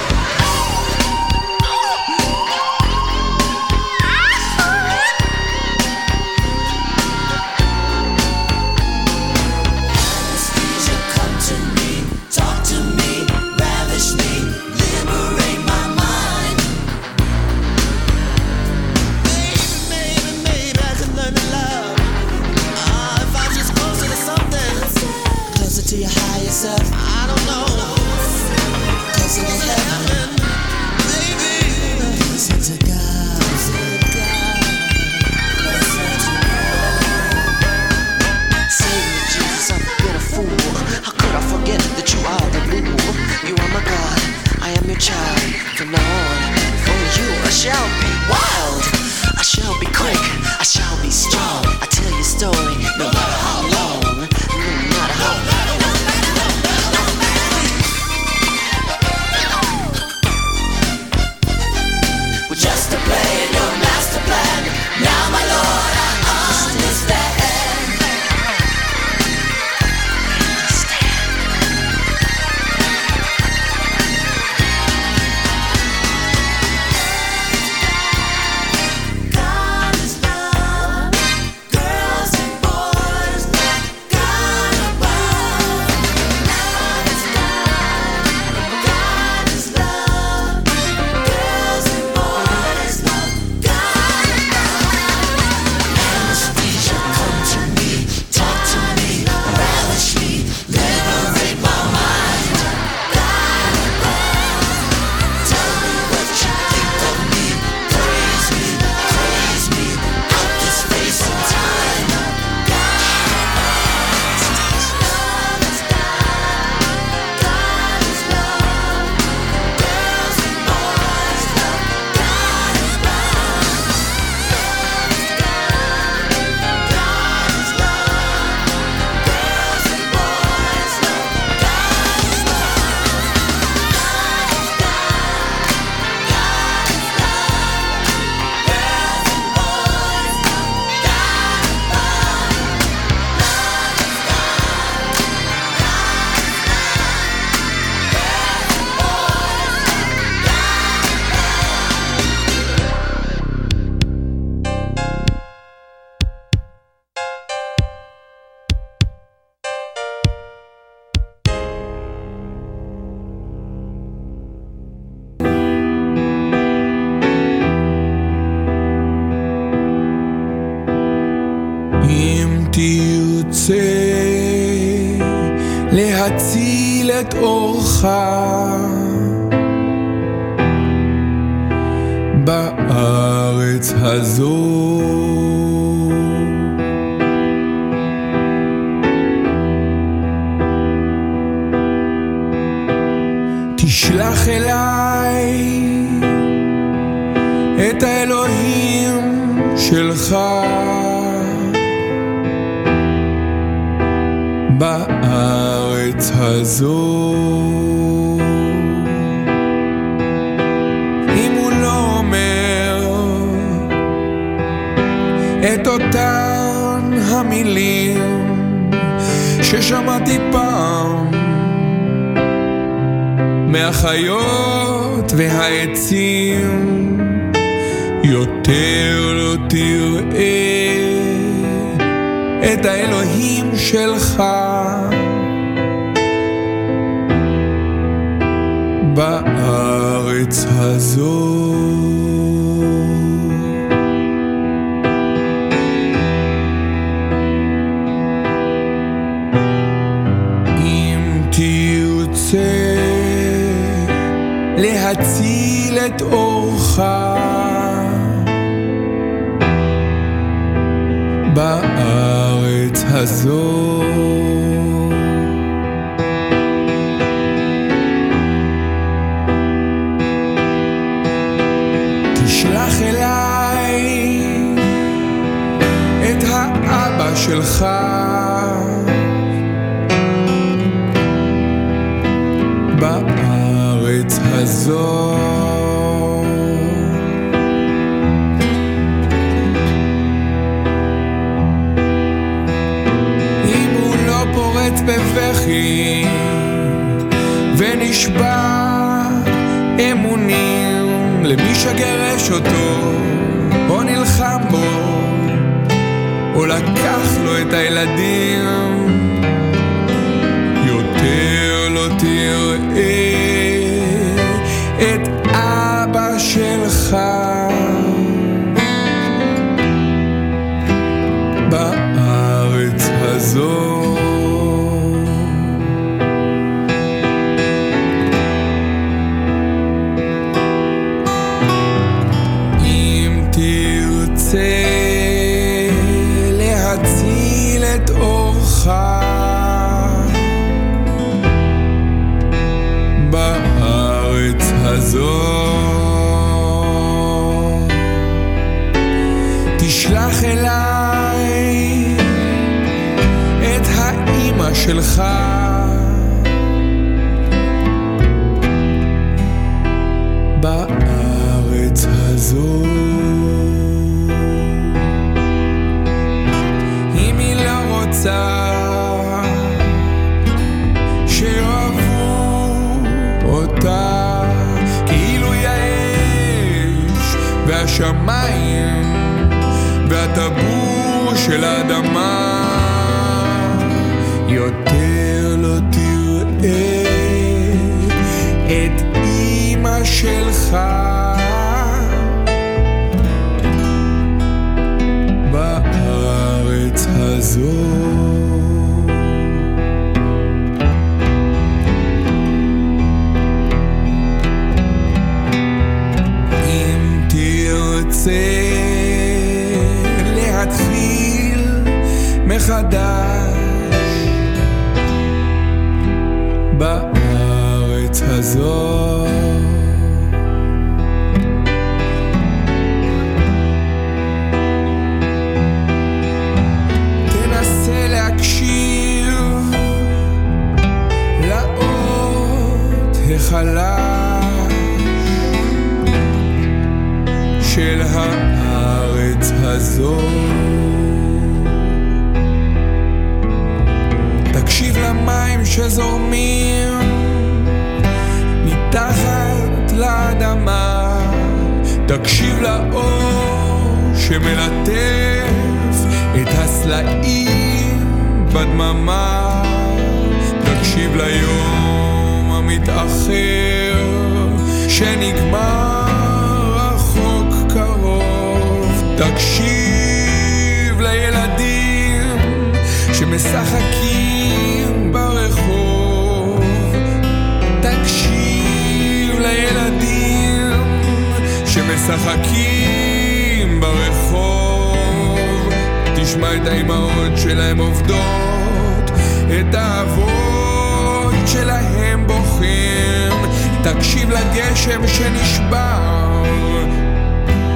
Anastasia, come to me, talk to me, ravish me, liberate my mind. Maybe, maybe, maybe I could learn to love. Ah, if I'm just closer to something, closer to your higher self. I don't know, closer to heaven, maybe closer to God, closer to God, closer to God. Save me, Jesus, I've been a fool. How could I forget that you are the blue? You are my God, I am your child. From now on, for you I shall be wild. I shall be quick, I shall be strong. I tell your story, no matter how long, no matter how long. We're just a play in your master plan. Now, my Lord, I understand. God is love, girls and boys love God above. Love is God, God is love, girls and boys love God above. Anastasia, come to me, talk to me, ravish me, liberate my mind. God above, tell me what you think of me, praise me, praise me, out this space and time. God above, love is God, God is love, girls and boys love God above. Love is God, God is love, girls and boys love God אם תרצה להציל את אורך בארץ הזו, תשלח אליי את האלוהים שלך בארץ הזו. אם הוא לא אומר את אותן המילים ששמעתי פעם מהחיות והעצים, יותר לא תראה את האלוהים שלך בארץ הזו. אם תרצה להציל את אורך בארץ הזו, תשלח אליי את האבא שלך בארץ הזו. בבכי ונשבע אמונים למי שגרש אותו או נלחם בו או לקח לו את הילדים, יותר לא תראה את אבא שלך בארץ הזו. להציל את אורך בארץ הזו, תשלח אליי את האמא שלך בארץ הזו. שאוהבו אותה כאילו יש והשמיים והטבור של האדמה, יותר לא תראה את אמא שלך בארץ הזו. להתחיל מחדש בארץ הזו, תנסה להקשיב לאות החלש של הארץ הזו, תקשיב למים שזורמים מתחת לאדמה, תקשיב לאור שמלטף את הסלעים בדממה, תקשיב ליום המתאחר שנגמר רחוק קרוב, תקשיב לילדים שמשחקים ברחוב, תקשיב לילדים שמשחקים ברחוב, תשמע את האימהות שלהם עובדות, את האבות שלהם בוכים, תקשיב לגשם שנשבר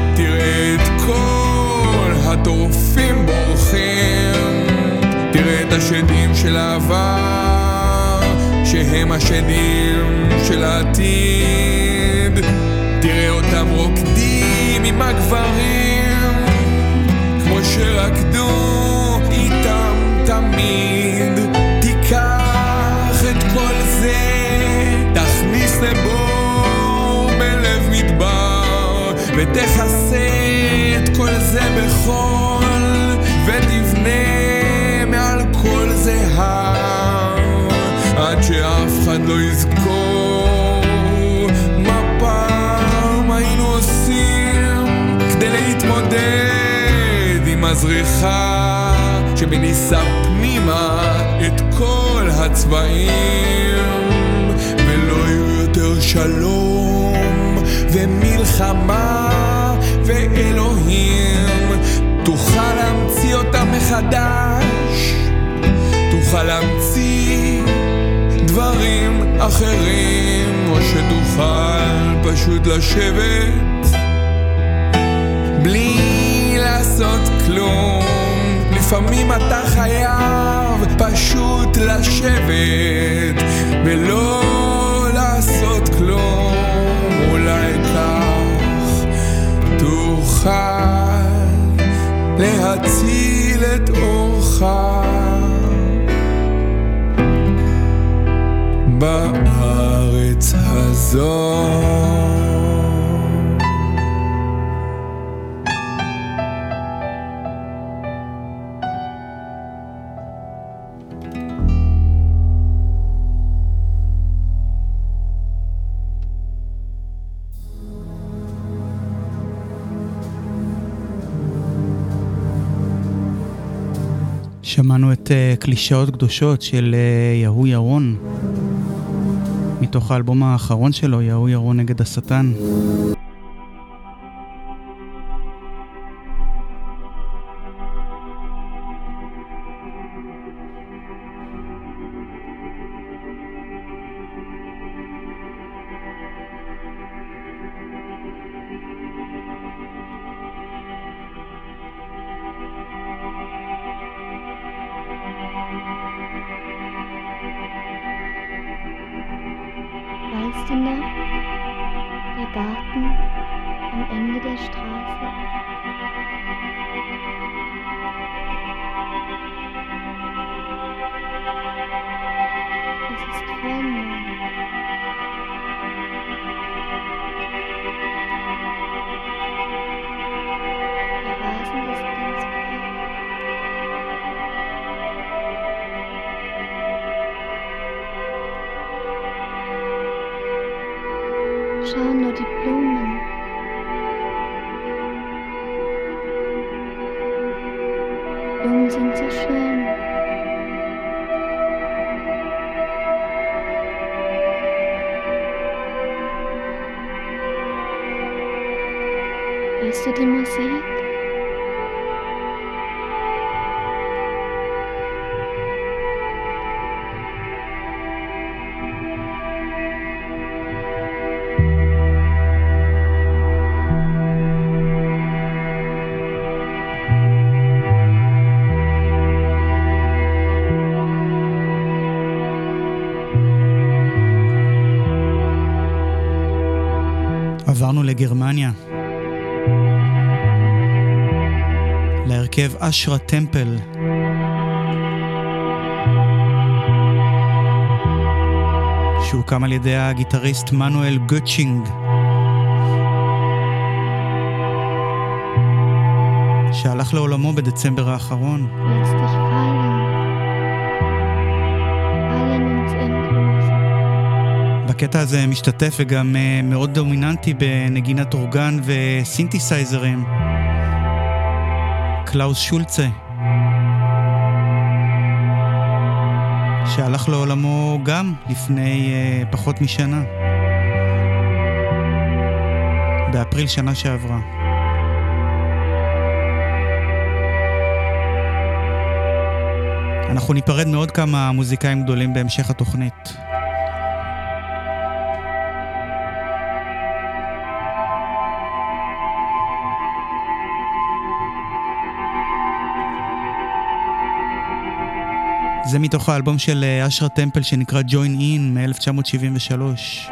של העבר, שהם השדים של העתיד. תראה אותם רוקדים עם הגברים, כמו שרקדו איתם תמיד. תיקח את כל זה, תכניס לבור בלב מדבר, ותכסה את כל זה בחול, ותבנה מעל כל זה הר, עד שאף אחד לא יזכור מה פעם היינו עושים כדי להתמודד עם הזריחה שמניסה פנימה את כל הצבעים. ולא יהיו יותר שלום ומלחמה ואלוהים, תוכל להמציא אותם מחדש, תוכל להמציא דברים אחרים, או שתוכל פשוט לשבת בלי לעשות כלום. לפעמים אתה חייב פשוט לשבת ולא לעשות כלום. אולי כך תוכל להציל את אורך בארץ הזאת. שמענו את uh, קלישאות קדושות של uh, יהוא ירון, מתוך האלבום האחרון שלו, יהוא ירון נגד השטן. Weißt du noch, der Garten am Ende der Straße? Es ist Vollmond. Der Rasen ist ganz braun. Schau nur die Blumen. Blumen sind so schön. Hörst du die Musik? עברנו לגרמניה, להרכב אשרה טמפל, שהוקם על ידי הגיטריסט מנואל גוטשינג, שהלך לעולמו בדצמבר האחרון. Lass dich fallen. Fallen ins Endlose. בקטע הזה משתתף וגם uh, מאוד דומיננטי בנגינת אורגן וסינתסייזרים, קלאוס שולצה, שהלך לעולמו גם לפני uh, פחות משנה, באפריל שנה שעברה. אנחנו ניפרד מעוד כמה מוזיקאים גדולים בהמשך התוכנית. זה מתוך האלבום של אשרה טמפל שנקרא Join In מ-אלף תשע מאות שבעים ושלוש.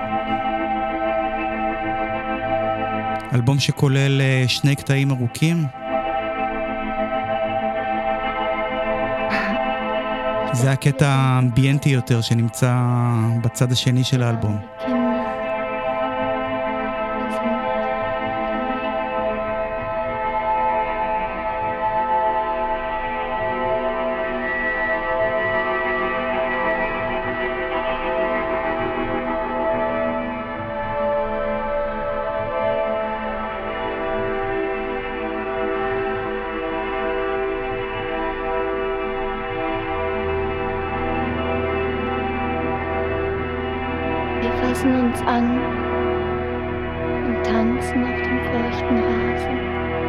אלבום שכולל שני קטעים ארוכים. זה הקטע האמביינטי יותר שנמצא בצד השני של האלבום. Uns an und tanzen auf dem feuchten Rasen.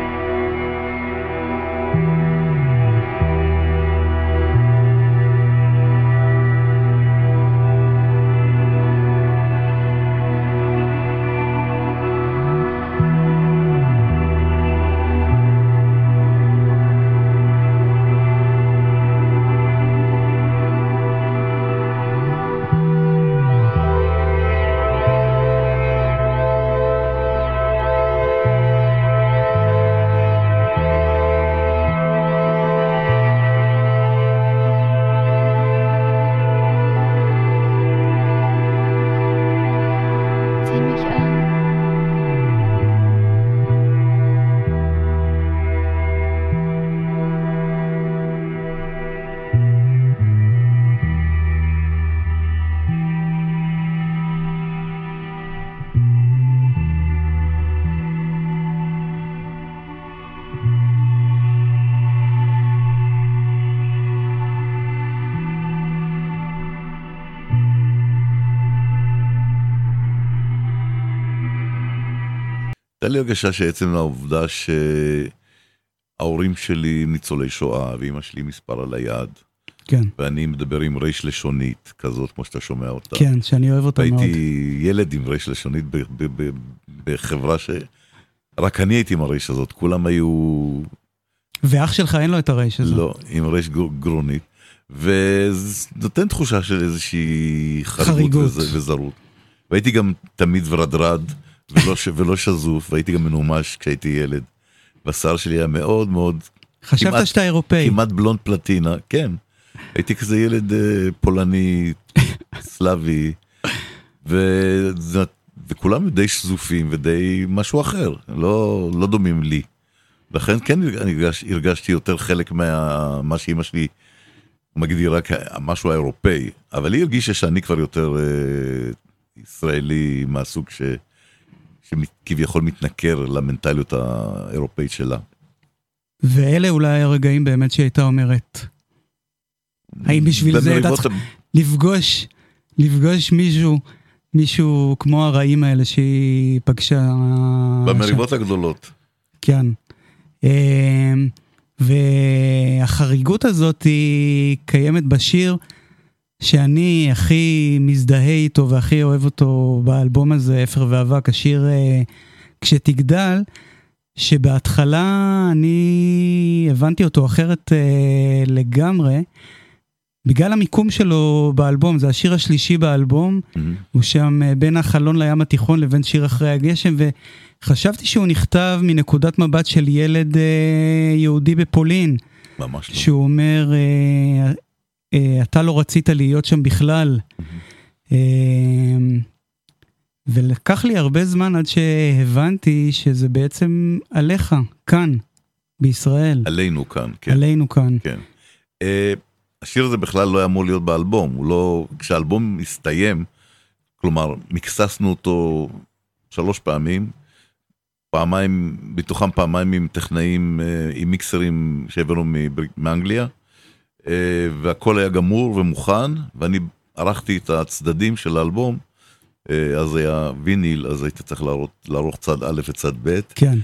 הייתה לי הרגשה שעצם העובדה שההורים שלי ניצולי שואה, ואמא שלי מספר על היד, כן. ואני מדבר עם רייש לשונית, כזאת כמו שאתה שומע אותה. כן, שאני אוהב אותה מאוד. הייתי ילד עם רייש לשונית ב- ב- ב- בחברה ש... רק אני הייתי עם הרייש הזאת, כולם היו... ואח שלך אין לו את הרייש הזה. לא, עם רייש גרונית, וזה נותן תחושה של איזושהי חריגות, חריגות. וזה, וזרות. והייתי גם תמיד ורדרד, ולא, ולא שזוף, והייתי גם מנומש כשהייתי ילד. והשיער שלי היה מאוד מאוד... חשבת כמעט, שאתה אירופאי. כמעט בלונד פלטינה, כן. הייתי כזה ילד uh, פולני, סלאבי, ו... וכולם די שזופים ודי משהו אחר, לא, לא דומים לי. לכן כן אני הרגש, הרגשתי יותר חלק מה שאמא שלי מגדירה כמשהו האירופאי, אבל היא הרגישה שאני כבר יותר uh, ישראלי מהסוג ש... שכביכול מתנכר למנטליות האירופאית שלה. ואלה אולי הרגעים באמת שהייתה אומרת, האם בשביל זה הייתה צריך לפגוש, לפגוש מישהו, מישהו כמו הרעים האלה שהיא פגשה... במריבות הגדולות. כן. והחריגות הזאת היא קיימת בשיר, שאני הכי מזדהה איתו והכי אוהב אותו באלבום הזה, אפר ואבק, השיר כשתגדל, שבהתחלה אני הבנתי אותו אחרת לגמרי, בגלל המיקום שלו באלבום, זה השיר השלישי באלבום, mm-hmm. הוא שם בין החלון לים התיכון לבין שיר אחרי הגשם, וחשבתי שהוא נכתב מנקודת מבט של ילד יהודי בפולין, ממש לא. שהוא אומר... אתה לא רצית להיות שם בכלל. ולקח לי הרבה זמן עד שהבנתי שזה בעצם עליך, כאן, בישראל. עלינו כאן, כן. עלינו כאן. כן. השיר הזה בכלל לא היה אמור להיות באלבום, הוא לא, כשהאלבום הסתיים, כלומר, מקססנו אותו שלוש פעמים, פעמיים, בתוכם פעמיים עם טכנאים, עם מיקסרים שהבאנו מאנגליה, והכל היה גמור ומוכן, ואני ערכתי את הצדדים של האלבום, אז היה ויניל, אז הייתי צריך לערוך, לערוך צד א' וצד ב'. כן.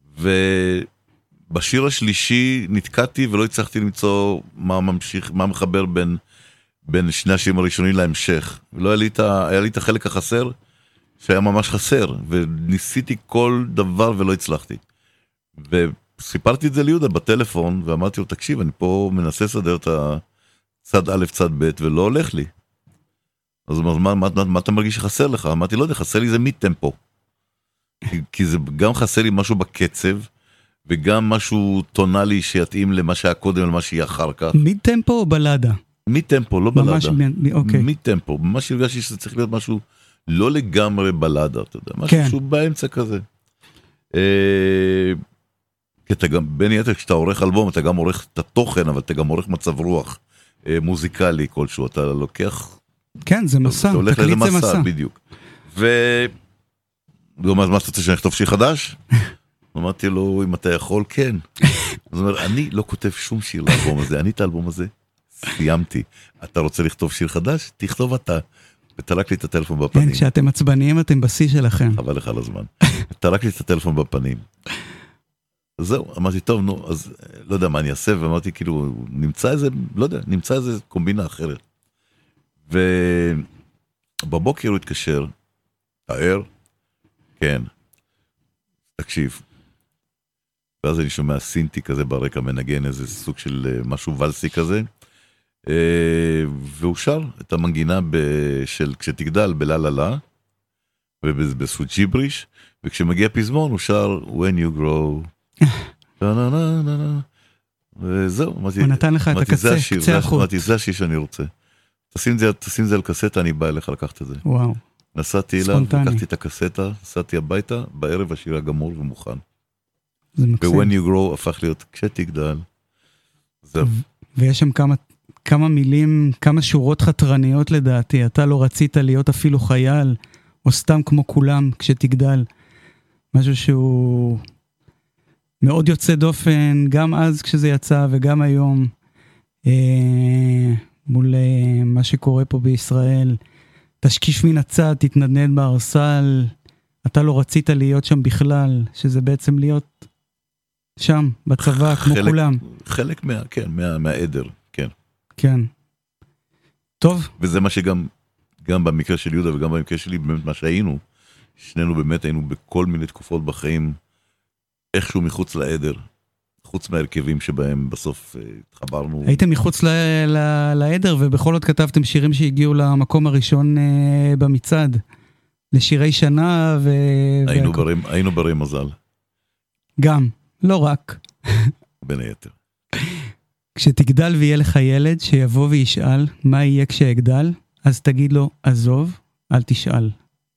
ובשיר השלישי נתקעתי ולא הצלחתי למצוא מה ממשיך, מה מחבר בין, בין שני השירים הראשונים להמשך. ולא היה לי את, היה לי את החלק החסר, שהיה ממש חסר, וניסיתי כל דבר ולא הצלחתי. ו... סיפרתי את זה ליהודה בטלפון, ואמרתי לו, תקשיב, אני פה מנסה לסדר את צד א', צד ב', ולא הולך לי. אז הוא אומר, מה, מה, מה, מה אתה מרגיש שחסר לך? אמרתי, לא יודע, חסר לי זה מי-טמפו. כי, כי זה גם חסר לי משהו בקצב, וגם משהו טונלי שיתאים למה שהיה קודם, למה שיהיה אחר כך. מי-טמפו או בלדה? מי-טמפו, לא בלדה. ממש, אוקיי. מי-טמפו, ממש הרגשתי שזה צריך להיות משהו לא לגמרי בלדה, אתה יודע, משהו כן. שהוא באמצע כזה. אה, כי אתה גם, בין יתר, כשאתה עורך אלבום, אתה גם עורך את התוכן, אבל אתה גם עורך מצב רוח אה, מוזיקלי כלשהו, אתה לוקח... כן, זה מסע, אתה הולך לאיזה תקליט זה מסע, מסע. בדיוק. ו... הוא אומר, אז מה אתה רוצה שאני אכתוב שיר חדש? אמרתי לו, אם אתה יכול, כן. אז הוא אומר, אני לא כותב שום שיר לאלבום הזה, אני את האלבום הזה סיימתי. אתה רוצה לכתוב שיר חדש? תכתוב אתה. ותרק לי את הטלפון בפנים. כן, כשאתם עצבניים אתם בשיא שלכם. חבל לך על הזמן. תרק לי את הטלפון בפנים. אז זהו, אמרתי, טוב, נו, אז לא יודע מה אני אעשה, ואמרתי, כאילו, נמצא איזה, לא יודע, נמצא איזה קומבינה אחרת. ובבוקר הוא התקשר, תאר, כן, תקשיב. ואז אני שומע סינטי כזה ברקע, מנגן איזה סוג של משהו ולסי כזה, והוא שר את המנגינה של כשתגדל בללה, ובסוג'יבריש, וכשמגיע פזמון הוא שר When you grow, וזהו, הוא נתן לך את הקצה, קצה החוט. אמרתי, זה השיר שאני רוצה. תשים את זה על קסטה, אני בא אליך לקחת את זה. וואו. נסעתי אליו, לקחתי את הקסטה, נסעתי הביתה, בערב השיר הגמור ומוכן. זה מקסים. ו-When you grow הפך להיות כשתגדל. זהו. ויש שם כמה, כמה מילים, כמה שורות חתרניות לדעתי. אתה לא רצית להיות אפילו חייל, או סתם כמו כולם כשתגדל. משהו שהוא מאוד יוצא דופן, גם אז כשזה יצא וגם היום, אה, מול אה, מה שקורה פה בישראל. תשקיף מן הצד, תתנדנד בארסל, אתה לא רצית להיות שם בכלל, שזה בעצם להיות שם, בצבא, כמו חלק, כולם. חלק מה, כן, מה, מהעדר, כן. כן. טוב. וזה מה שגם, גם במקרה של יהודה וגם במקרה שלי, באמת מה שהיינו, שנינו באמת היינו בכל מיני תקופות בחיים, איכשהו מחוץ לעדר, חוץ מהרכבים שבהם בסוף התחברנו. הייתם מחוץ לעדר, ובכל עוד כתבתם שירים שהגיעו למקום הראשון במצעד, לשירי שנה ו... היינו ברי, היינו ברי מזל. גם, לא רק. בין היתר. כשתגדל ויהיה לך ילד שיבוא וישאל מה יהיה כשאגדל, אז תגיד לו, עזוב, אל תשאל.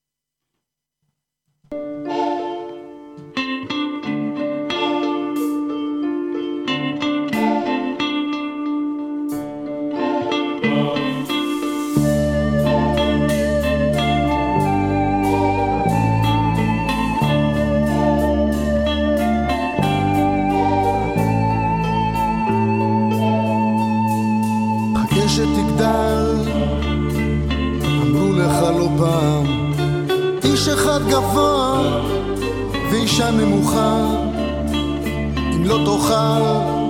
ואישה נמוכה, אם לא תאכל,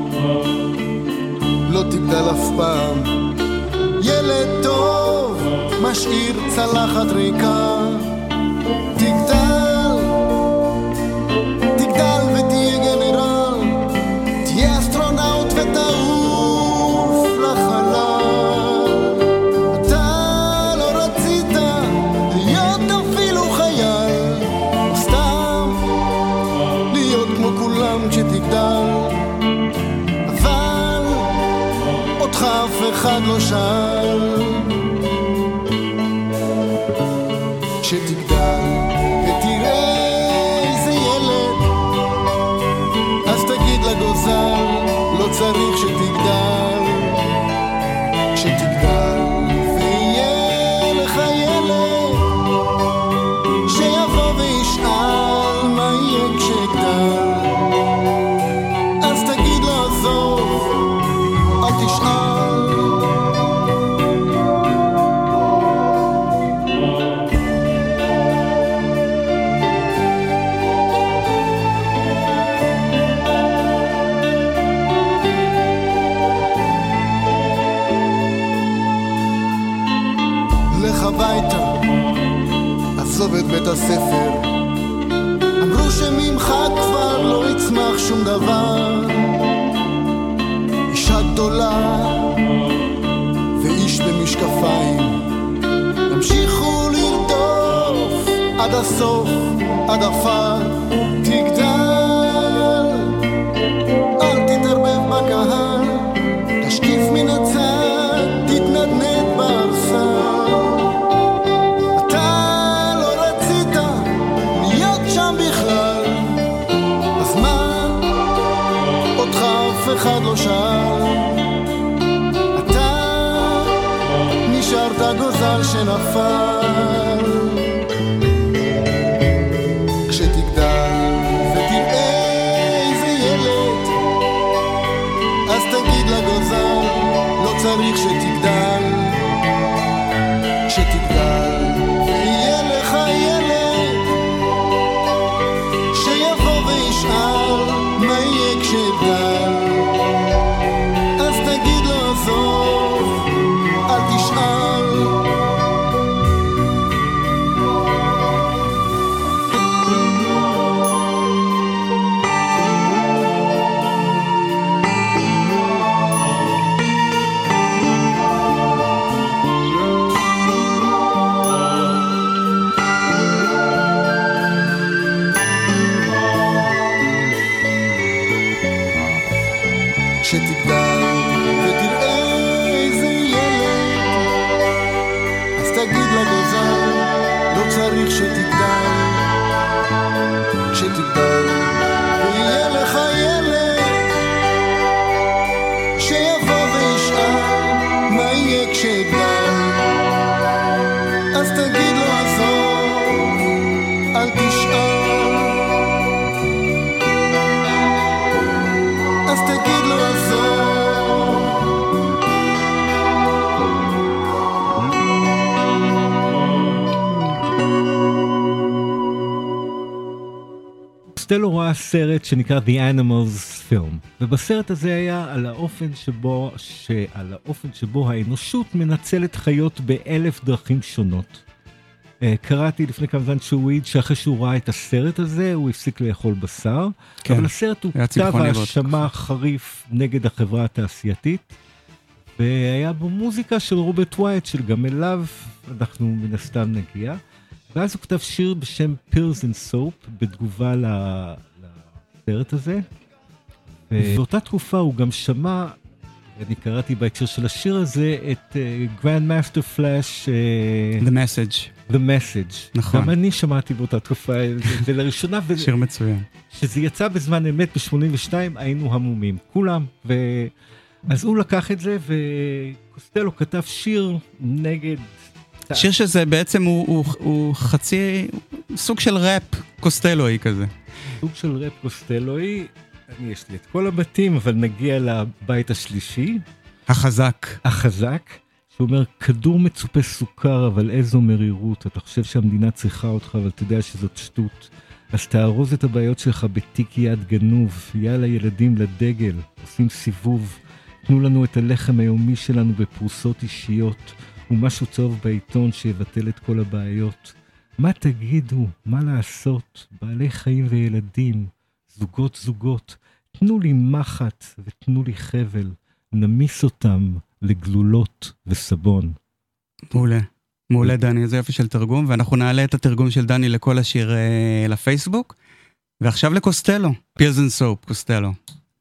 לא תגדל אף פעם. ילד טוב משאיר צלחת ריקה. תגדל, תגדל ותהיה גנרל, תהיה אסטרונאוט ותעוף לחלל. אתה לא רצית להיות אפילו חייל, כשתגדל, אבל אותך אף אחד לא שאל. כשתגדל ותראה איזה ילד, אז תגיד לגוזל, לא צריך שתגדל. כשתגדל ויהיה לך ילד שיבוא וישאל מה יהיה כשגדל, הביתה, עזוב את בית הספר, אמרו שממך כבר לא יצמח שום דבר. אישה גדולה עד הסוף, עד עפר תגדל. אל תתערבב בקהל, תשקיף מן הצד, תתנדנד בארסל. אתה לא רצית להיות שם בכלל, אז מה? אותך אף אחד לא שאל. אתה נשארת גוזל שנפל. כשתגדל ותראה איזה ילד, אז תגיד לגוזל לא צריך שתגדל. כשתגדל ויהיה לך ילד שיבוא וישאל מה יהיה כשתגדל, אז תגיד לו עזוב, אל תשאל. כשתגדל ותראה איזה ילד, אז תגיד לגוזל לא צריך שתגדל. כשתגדל ויהיה לך ילד שיבוא וישאל מה יהיה כשתגדל, אז תגיד לו עזוב, אל תשאל. אז תגיד לו עזוב. קוסטלו ראה סרט שנקרא The Animals Film, ובסרט הזה היה על האופן שבו, שעל האופן שבו האנושות מנצלת חיות באלף דרכים שונות. קראתי לפני כמה זמן שהוא העיד שאחרי שהוא ראה את הסרט הזה הוא הפסיק לאכול בשר, כן. אבל הסרט הוא כתב האשמה חריף נגד החברה התעשייתית, והיה בו מוזיקה של רוברט ווייט שגם אליו אנחנו מן הסתם נגיע, ואז הוא כתב שיר בשם Pills and Soap בתגובה לסרט הזה, ובאותה תקופה הוא גם שמע, אני קראתי בהקשר של השיר הזה את uh, Grandmaster Flash uh, The Message The Message. נכון. גם אני שמעתי באותה תקופה, ולראשונה, שיר מצוין. שזה יצא בזמן אמת ב-שמונים ושתיים, היינו המומים, כולם. ו... אז הוא לקח את זה, וקוסטלו כתב שיר נגד... שיר שזה בעצם הוא, הוא, הוא חצי, סוג של ראפ קוסטלואי כזה. סוג של ראפ קוסטלואי, אני יש לי את כל הבתים, אבל נגיע לבית השלישי. החזק. החזק. שהוא אומר, כדור מצופה סוכר, אבל איזו מרירות, אתה חושב שהמדינה צריכה אותך, אבל אתה יודע שזאת שטות. אז תארוז את הבעיות שלך בתיק יד גנוב, יאללה ילדים לדגל, עושים סיבוב, תנו לנו את הלחם היומי שלנו בפרוסות אישיות, ומשהו צהוב בעיתון שיבטל את כל הבעיות. מה תגידו? מה לעשות? בעלי חיים וילדים, זוגות זוגות, תנו לי מחט ותנו לי חבל, נמיס אותם לגלולות וסבון. מעולה, מעולה דני, זה יופי של תרגום, ואנחנו נעלה את התרגום של דני לכל השיר אה, לפייסבוק, ועכשיו לקוסטלו, Pills and Soap, קוסטלו.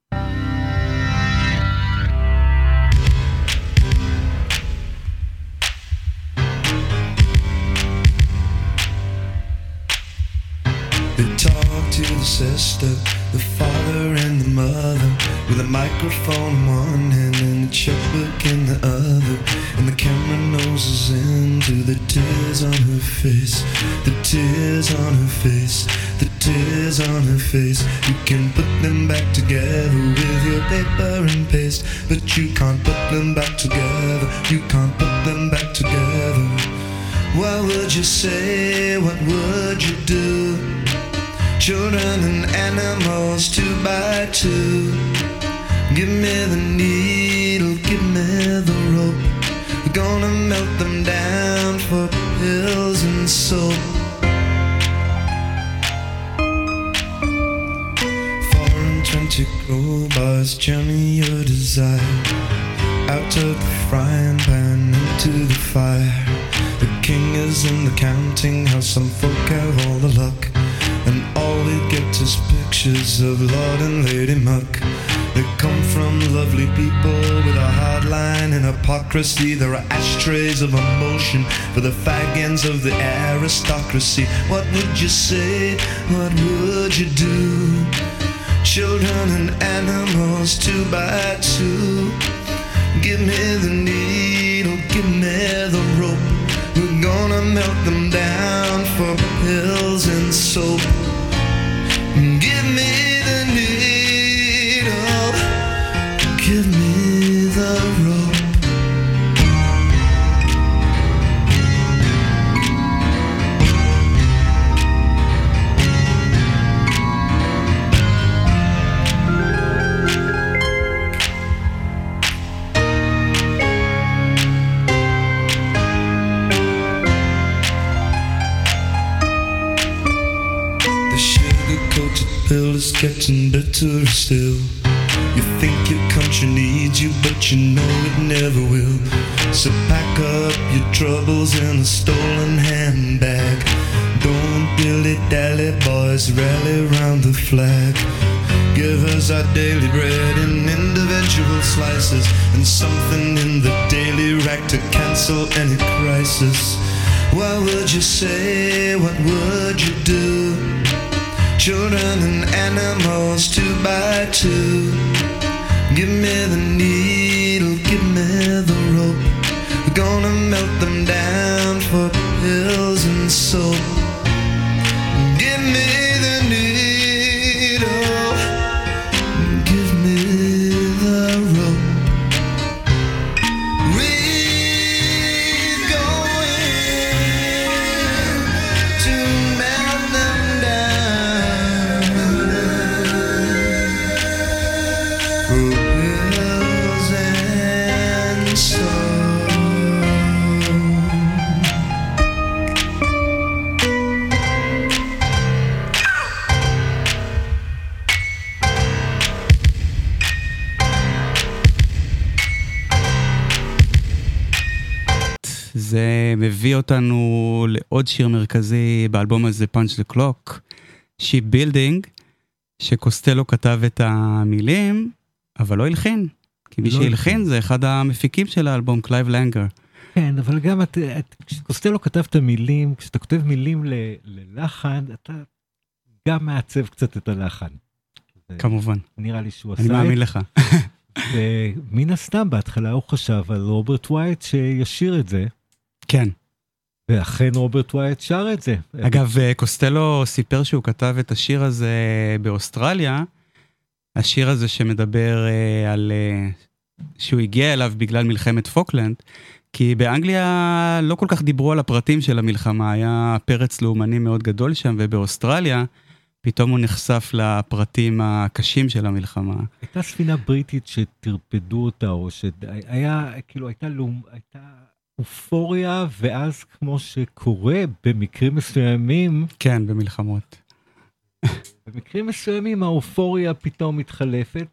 To the sister, the father and the mother, with a microphone in one hand and a checkbook in the other, and the camera noses into the tears on her face, the tears on her face, the tears on her face. You can put them back together with your paper and paste, but you can't put them back together, you can't put them back together. What would you say, what would you do? Children and animals, two by two. Give me the needle, give me the rope. We're gonna melt them down for pills and soap. Four and twenty crowbars, jamming your desire out of the frying pan into the fire. The king is in the counting, how some folk have all the luck, and all they get is pictures of Lord and Lady Muck. They come from lovely people with a hard line and hypocrisy. There are ashtrays of emotion for the fag ends of the aristocracy. What would you say? What would you do? Children and animals, two by two. Give me the needle, give me the rope. We're gonna melt them down for pills and soap. Give me the needle, give me the rope. Pill is getting better still. You think your country needs you, but you know it never will. So pack up your troubles in a stolen handbag. Don't dilly-dally, boys, rally round the flag. Give us our daily bread in individual slices, and something in the daily rack to cancel any crisis. What would you say? What would you do? Children and animals, two by two. Give me the needle, give me the rope. We're gonna melt them down for pills and soap. Give me the needle, give me the rope. We're going to melt them down. Pills and soap. זה מביא אותנו לעוד שיר מרכזי באלבום הזה, Punch the Clock, Ship Building, שקוסטלו כתב את המילים, אבל לא הלחין. כי מי שהלחין זה אחד המפיקים של האלבום, קלייב לנגר. כן, אבל גם את, את, כשקוסטלו כתב את המילים, כשאתה כותב מילים ל, ללחן, אתה גם מעצב קצת את הלחן. כמובן. נראה לי שהוא עשה. אני מאמין לך. ומן הסתם בהתחלה הוא חשב על רוברט ווייט שישיר את זה. כן. ואכן רוברט ווייט שר את זה. אגב, קוסטלו סיפר שהוא כתב את השיר הזה באוסטרליה, השיר הזה שמדבר על שהוא הגיע אליו בגלל מלחמת פוקלנד, כי באנגליה לא כל כך דיברו על הפרטים של המלחמה, היה פרץ לאומני מאוד גדול שם, ובאוסטרליה פתאום הוא נחשף לפרטים הקשים של המלחמה. הייתה ספינה בריטית שתרפדו אותה, או שהיה, כאילו הייתה לום, הייתה אופוריה, ואז כמו שקורה במקרים מסוימים... כן, במלחמות. במקרים מסוימים האופוריה פתאום מתחלפת,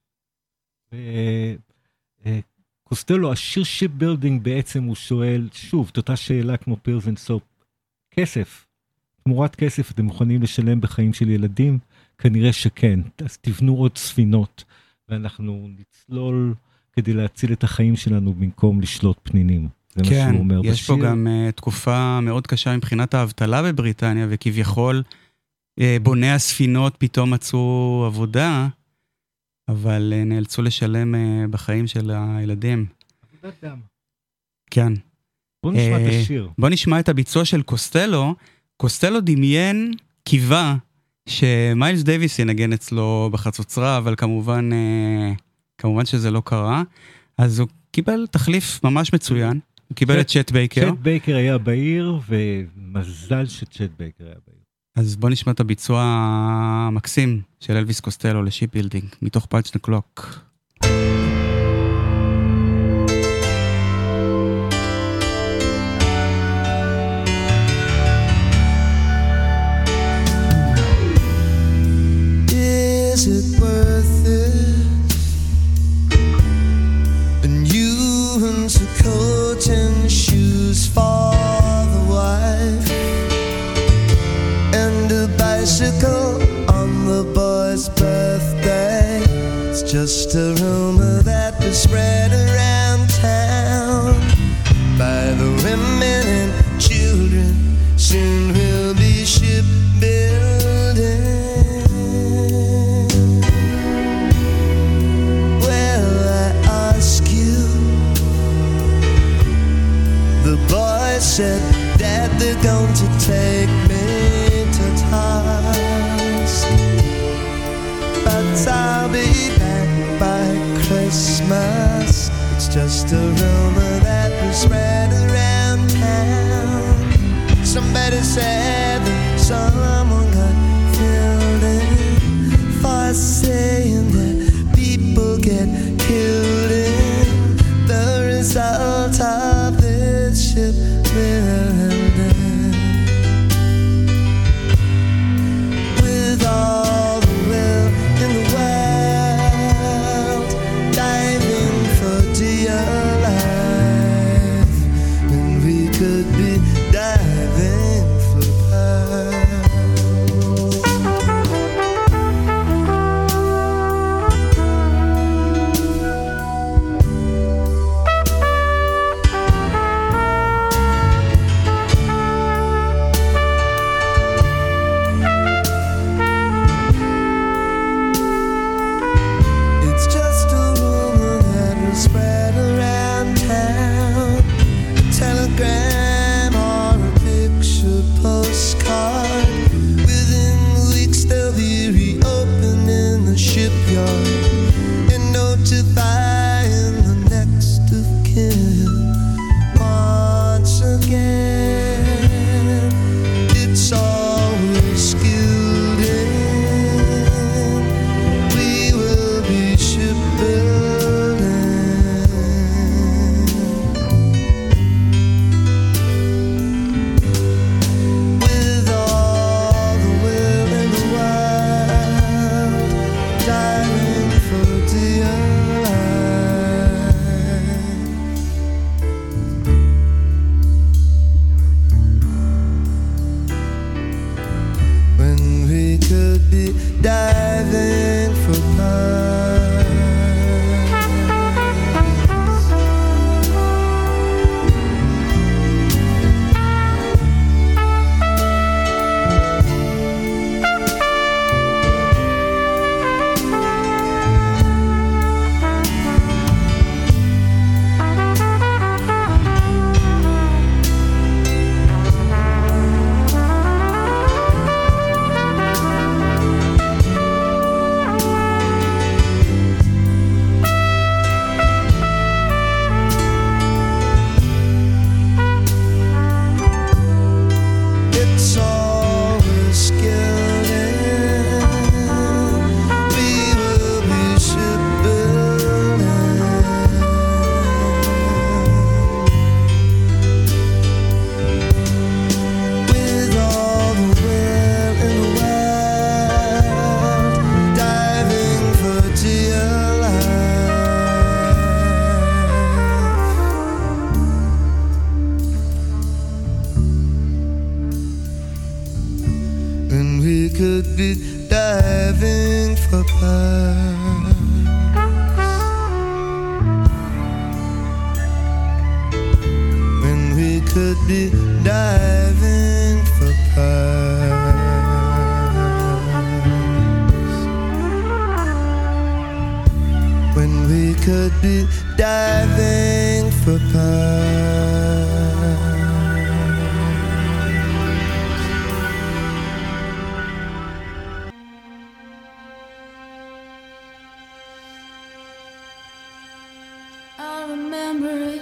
וקוסטלו, השיר שיפ בילדינג בעצם הוא שואל, שוב, את אותה שאלה כמו פירס אנד סופ, כסף, תמורת כסף אתם מוכנים לשלם בחיים של ילדים? כנראה שכן, אז תבנו עוד ספינות, ואנחנו נצלול כדי להציל את החיים שלנו במקום לשלוט פנינים. זה כן, מה שהוא אומר יש בשיר. פה גם uh, תקופה מאוד קשה מבחינת האבטלה בבריטניה, וכביכול uh, בוני הספינות פתאום מצאו עבודה, אבל uh, נאלצו לשלם uh, בחיים של הילדים. עבודת דם. כן. בוא נשמע uh, את השיר. בוא נשמע את הביצוע של קוסטלו. קוסטלו דמיין, קיווה, שמיילס דייוויס ינגן אצלו בחצוצרה, אבל כמובן, uh, כמובן שזה לא קרה. אז הוא קיבל תחליף ממש מצוין. הוא קיבל את צ'ט בייקר. צ'ט בייקר היה בעיר, ומזל שצ'ט בייקר היה בעיר. אז בוא נשמע את הביצוע המקסים של אלוויס קוסטלו לשיפ בילדינג, מתוך Punch the Clock. Is it worth it? And you into coat and shoes for It's just a rumor that was spread around town by the women and children. Soon we'll be shipbuilding. Well, I ask you, the boy said, Dad, they're going to take me to task, but I'll be back by Christmas. It's just a rumor that was spread around town. Somebody said that someone got killed in for saying that people get killed in the result of this shipbuilding. With all the will in the world, diving for dear life, and we could be diving for pearls. It's just a rumor that was spread around town, a telegram or a picture postcard. Within weeks they'll be reopening the shipyard and notifying the next of kin. Once again, it's always skilled in. We will be shipbuilding. With all the will in the world, diving for dear life. When we could be diving for pearls. It's always skilled in. We will be shipbuilding. With all the will in the world, diving for dear life. And we could be diving for pearls. When we could be diving for pearls. When we could be diving for pearls. I remember it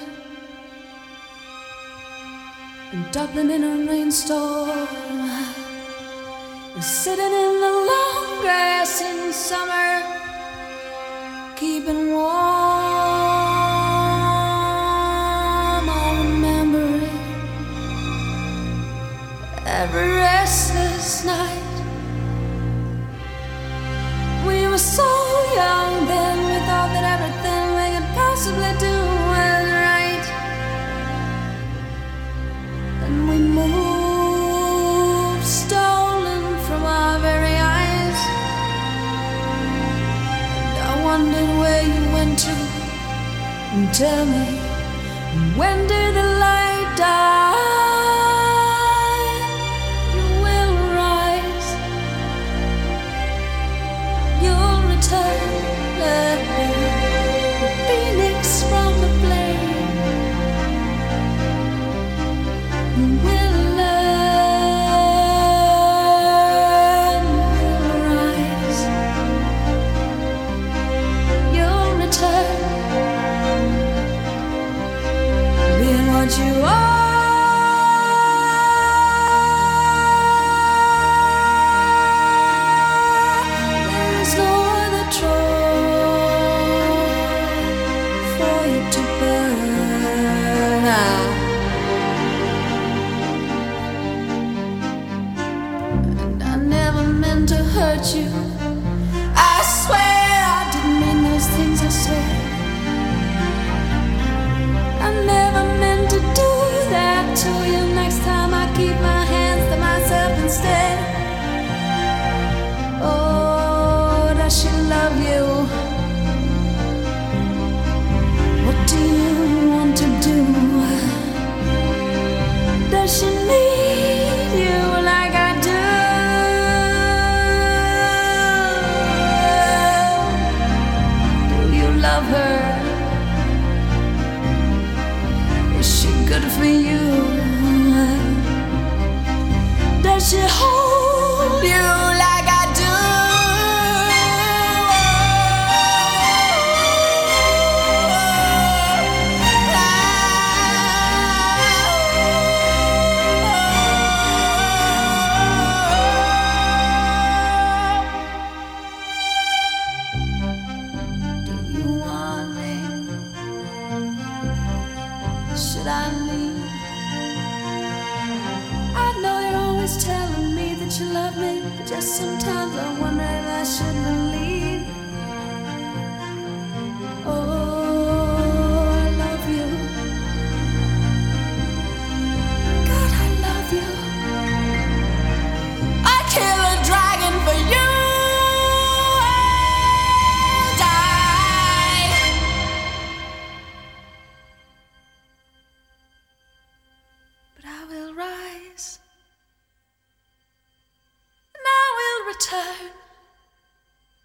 in Dublin in a rainstorm, sitting in the long grass in summer, keeping warm. I remember it every restless night. We were so young then, we thought that everything we could possibly do was right. And we moved, stolen from our very eyes. And I wondered where you went to. And tell me, when did the light die? You will rise, you'll return, the phoenix from the flame. You will learn, you'll rise, you'll return, being what you are. There's no other Troy for you to burn out. And I never meant to hurt you. I swear I didn't mean those things I said. I never meant to do that to you. Next time I keep my hands to myself instead. Oh, does she love you? What do you want to do? Does she need you like I do? Do you love her? Is she good for you? Does she hold you like I do? Do you want me? Should I leave? I know you're always telling me that you love me, but just sometimes I wonder if I should believe. Oh, I love you. God, I love you. I kill a dragon for you. I'll die. But I will rise, and I will return,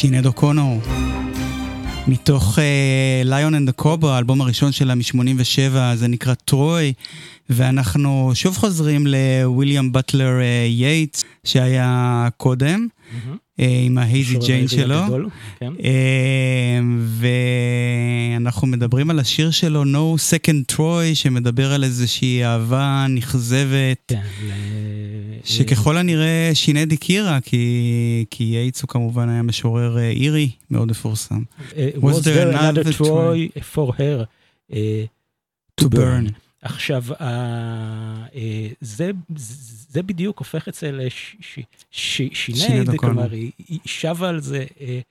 שינד אוקונור. מתוך ליון אנד הקוברה, האלבום הראשון שלה מ-שמונים ושבע, זה נקרא טרוי, ואנחנו שוב חוזרים לוויליאם בטלר יייטס, שהיה קודם, עם ההייזי ג'יין שלו, ואנחנו מדברים על השיר שלו, No Second Troy, שמדבר על איזושהי אהבה נכזבת, שככל הנראה שינד הכירה, כי יייטס הוא כמובן היה משורר אירי, מאוד מפורסם. Was there another Troy for her to burn? עכשיו, זה בדיוק הופך אצל שינד, כלומר, היא שווה על זה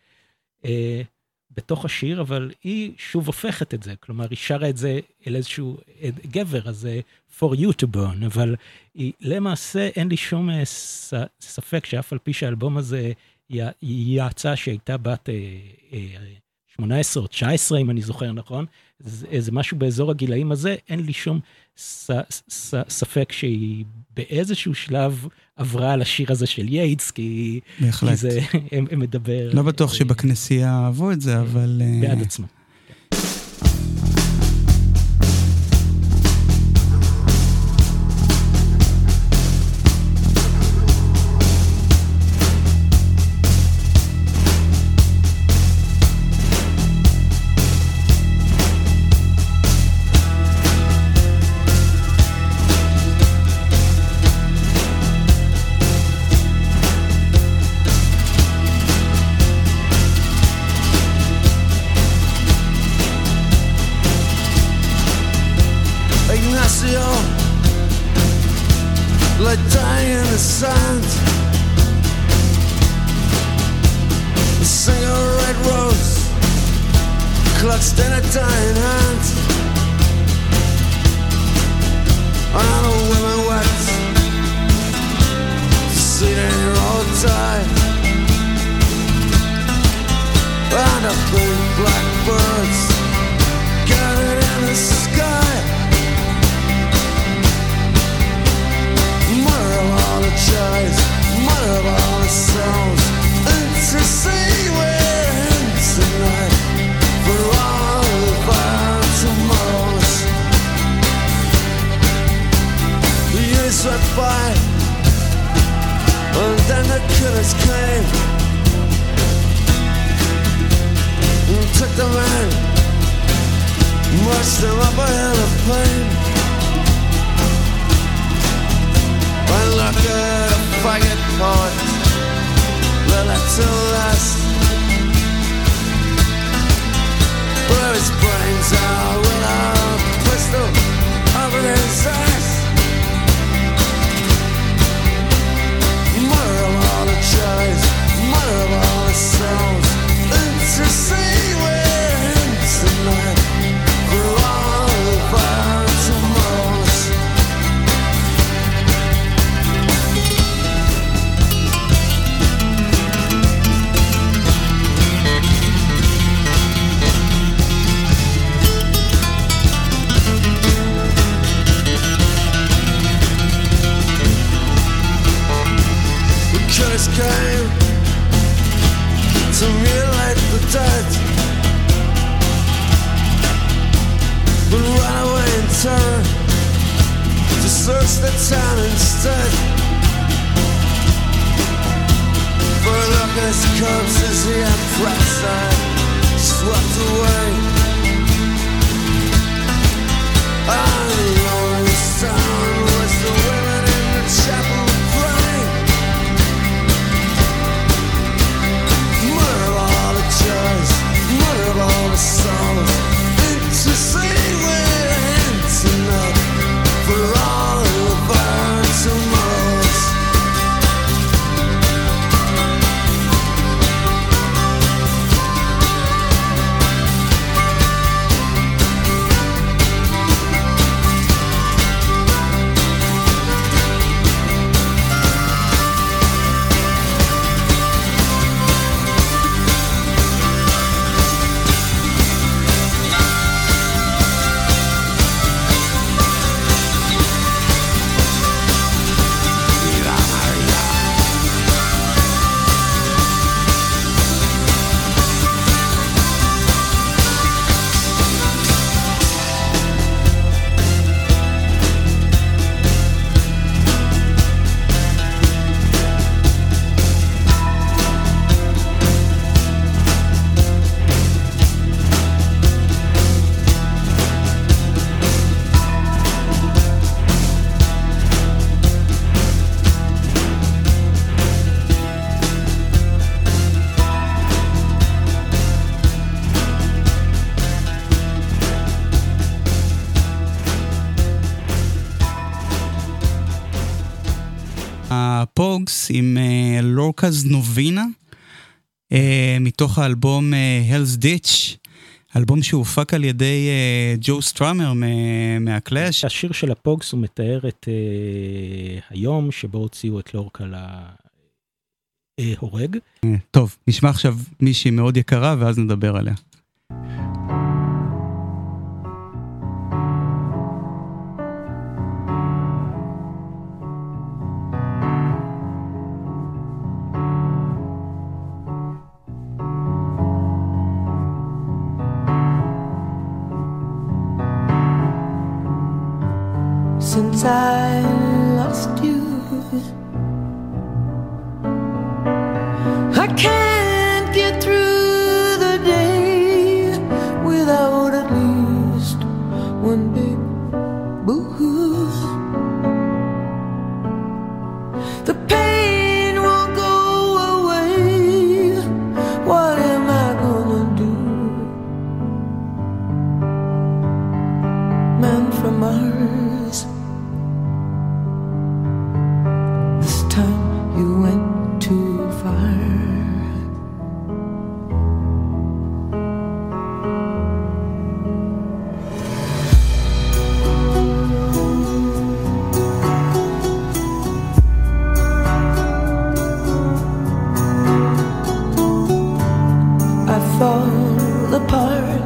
בתוך השיר, אבל היא שוב הופכת את זה, כלומר, היא שרה את זה אל איזשהו גבר, אז for you to burn, אבל למעשה אין לי שום ספק שאף על פי שהאלבום הזה היא ההצעה שהייתה בת שמונה עשרה או תשע עשרה, אם אני זוכר נכון, זה משהו באזור הגילאים הזה, אין לי שום ס, ס, ספק שהיא באיזשהו שלב עברה על השיר הזה של יייטס, כי, כי זה הם, הם מדבר... לא בטוח שבכנסייה אהבו את זה, אבל... בעד עצמם. הפוגס עם לורקאז נובינה, מתוך האלבום Hell's Ditch, אלבום שהופק על ידי ג'ו סטראמר מהקלאש. השיר של הפוגס הוא מתאר את היום שבו הוציאו את לורקה להורג. טוב, נשמע עכשיו מישהי מאוד יקרה ואז נדבר עליה. Since I lost you, I can't get through the day without at least one big boo-hoo. The pain won't go away. What am I gonna do? Man from Mars, time you went too far. I fall apart.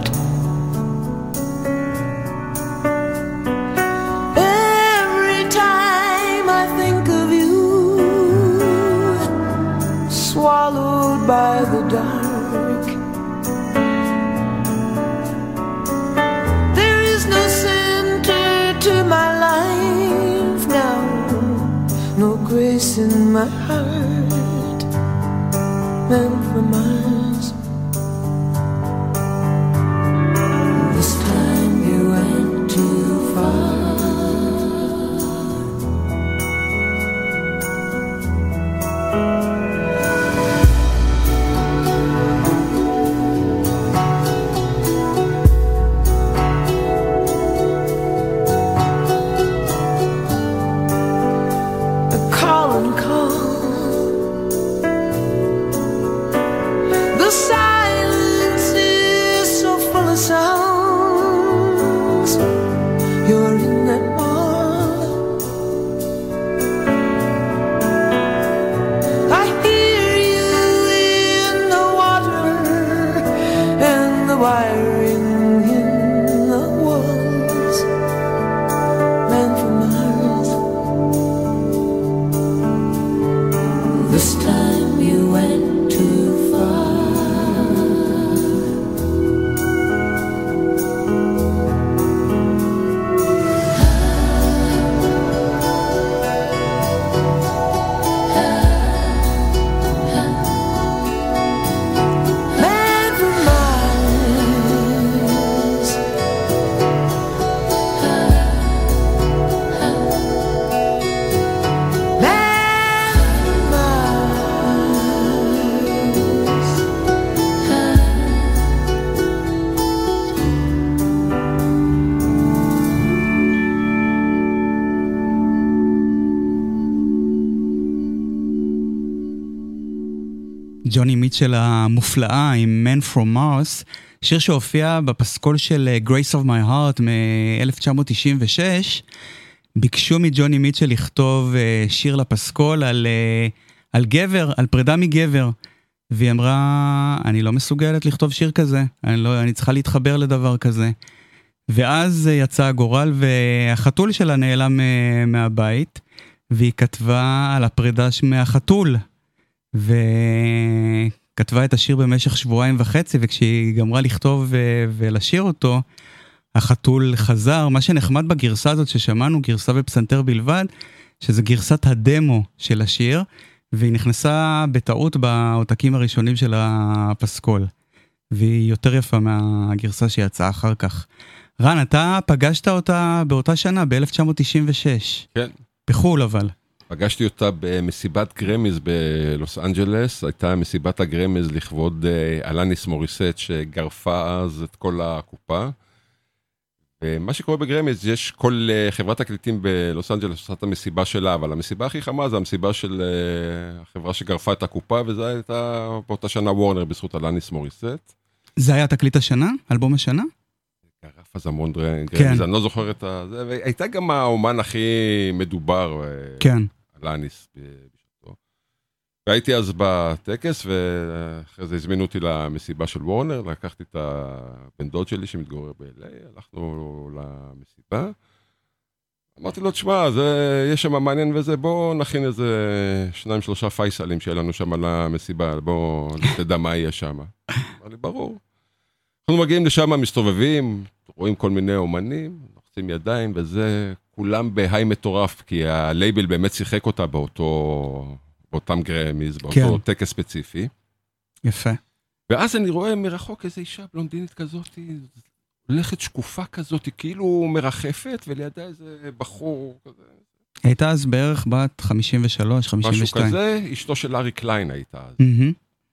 Every time I think of you, swallowed by the dark. There is no center to my life now, no grace in my heart. Man from Mars, this time you went too far. The silence is so full of sounds. You're in that wall. I hear you in the water and the wiring in the walls. Man from Mars, this time you went too far. ג'וני מיטשל המופלאה עם Man From Mars, שיר שהופיע בפסקול של Grace of My Heart מ-אלף תשע מאות תשעים ושש. ביקשו מג'וני מיטשל לכתוב שיר לפסקול על, על גבר, על פרידה מגבר, והיא אמרה, אני לא מסוגלת לכתוב שיר כזה, אני, לא, אני צריכה להתחבר לדבר כזה. ואז יצא הגורל והחתול שלה נעלם מהבית, והיא כתבה על הפרידה מהחתול, וכתבה את השיר במשך שבועיים וחצי, וכשהיא גמרה לכתוב ולשיר אותו, החתול חזר. מה שנחמד בגרסה הזאת ששמענו, גרסה בפסנתר בלבד, שזה גרסת הדמו של השיר, והיא נכנסה בטעות בעותקים הראשונים של הפסקול, והיא יותר יפה מהגרסה שיצאה אחר כך. רן, אתה פגשת אותה באותה שנה, ב-אלף תשע מאות תשעים ושש. כן. בחול אבל. פגשתי אותה במסיבת גרמיז בלוס אנג'לס, הייתה מסיבת הגרמיז לכבוד אלניס מוריסט, שגרפה אז את כל הקופה, ומה שקורה בגרמיז, יש כל uh, חברת תקליטים בלוס אנג'לס עושה את המסיבה שלה, אבל המסיבה הכי חמה זה המסיבה של uh, החברה שגרפה את הקופה, וזה הייתה באותה שנה וורנר בזכות אלניס מוריסט. זה היה תקליט השנה? אלבום השנה? גרף אז המון גרמיז, אני לא זוכר את זה, והייתה גם האומן הכי מדובר, כן. אלניס בשעתו. והייתי אז בטקס, ואחרי זה הזמינו אותי למסיבה של וורנר, לקחתי את הבן דוד שלי שמתגורר ב-אל איי, הלכנו למסיבה, אמרתי לו, תשמע, יש שם מעניין וזה, בוא נכין איזה שניים שלושה פייסלים שיהיה לנו שם על המסיבה, בוא תדע מה יהיה שם. אמר לי, ברור. אנחנו מגיעים לשם, מסתובבים, רואים כל מיני אומנים, נוחצים ידיים וזה, כולם בהיי מטורף, כי הלייבל באמת שיחק אותה באותו, באותם גרמיז, באותו כן. טקס ספציפי. יפה. ואז אני רואה מרחוק איזו אישה בלונדינית כזאת, הולכת שקופה כזאת, כאילו מרחפת, ולידה איזה בחור כזה. הייתה אז בערך בת חמישים ושלוש, חמישים ושתיים. משהו כזה, אשתו של לארי קליין הייתה אז. Mm-hmm.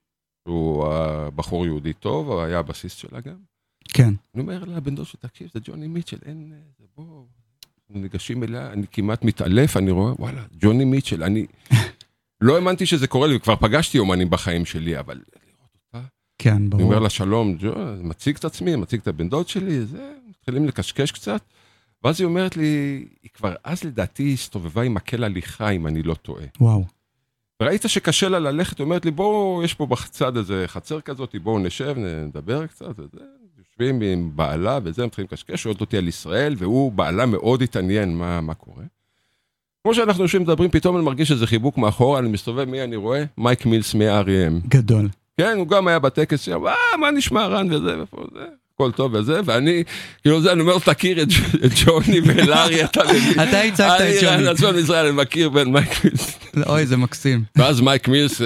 הוא בחור יהודי טוב, הוא היה הבסיסט שלה גם. כן. אני אומר לה, בן דוד שתקשיב, זה ג'וני מיטשל, אין, זה בוא, אנחנו ניגשים אליה, אני כמעט מתעלף, אני רואה, וואלה, ג'וני מיטשל, אני לא האמנתי שזה קורה לי, וכבר פגשתי אומנים בחיים שלי, אבל לראות אותה. כן, ברור. אני אומר לה, שלום, ג'ו, מציג את עצמי, מציג את הבן דוד שלי, זה, מתחילים לקשקש קצת, ואז היא אומרת לי, היא כבר אז לדעתי הסתובבה עם מקל הליכה, אם אני לא טועה. וואו. וראית שקשה לה ללכת, היא אומרת לי, בואו, יש פה בצד איזה חצר כזאת, בואו נשב, נדבר קצת, וזה, יושבים עם בעלה, וזה, מתחילים קשקש, שואלת אותי על ישראל, והוא בעלה מאוד התעניין מה, מה קורה. כמו שאנחנו יושבים מדברים, פתאום אני מרגיש איזה חיבוק מאחורה, אני מסתובב מי אני רואה, מייק מילס מ-אר אי אם. גדול. כן, הוא גם היה בטקס, וואה, מה נשמע רן וזה, ופה זה. הכל טוב וזה, ואני, כאילו זה, אני אומר, תכיר את ג'וני ולארי, אתה מבין. אתה הצגת את ג'וני. אני עצמם ישראל, אני מכיר בין מייק מילס. אוי, זה מקסים. ואז מייק מילס,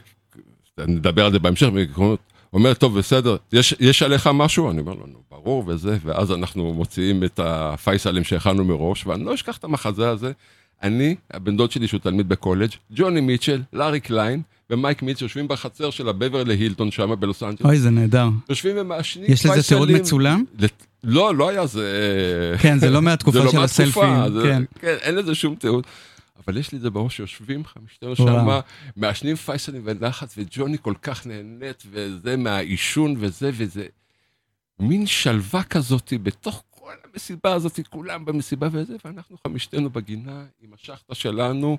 נדבר על זה בהמשך, הוא אומר, טוב, בסדר, יש עליך משהו? אני אומר לו, ברור וזה, ואז אנחנו מוציאים את הפייסלים שהכנו מראש, ואני לא אשכח את המחזה הזה. אני, הבן דוד שלי שהוא תלמיד בקולג', ג'וני מיטשל, לארי קליין, ומייק מיטש יושבים בחצר של הבברלי הילטון שם בלוס אנג'לס. אוי, זה נהדר. יושבים ומעשנים יש לזה תיעוד מצולם? לא, לא היה זה... כן, זה לא מהתקופה של הסלפים. כן, אין לזה שום תיעוד. אבל יש לי את זה בראש, שיושבים חמישתנו שם, מעשנים פייסלים ונחת, וג'וני כל כך נהנית, וזה מהעישון וזה וזה. מין שלווה כזאת בתוך כל המסיבה הזאת, כולם במסיבה וזה, ואנחנו חמישתנו בגינה עם השחטה שלנו,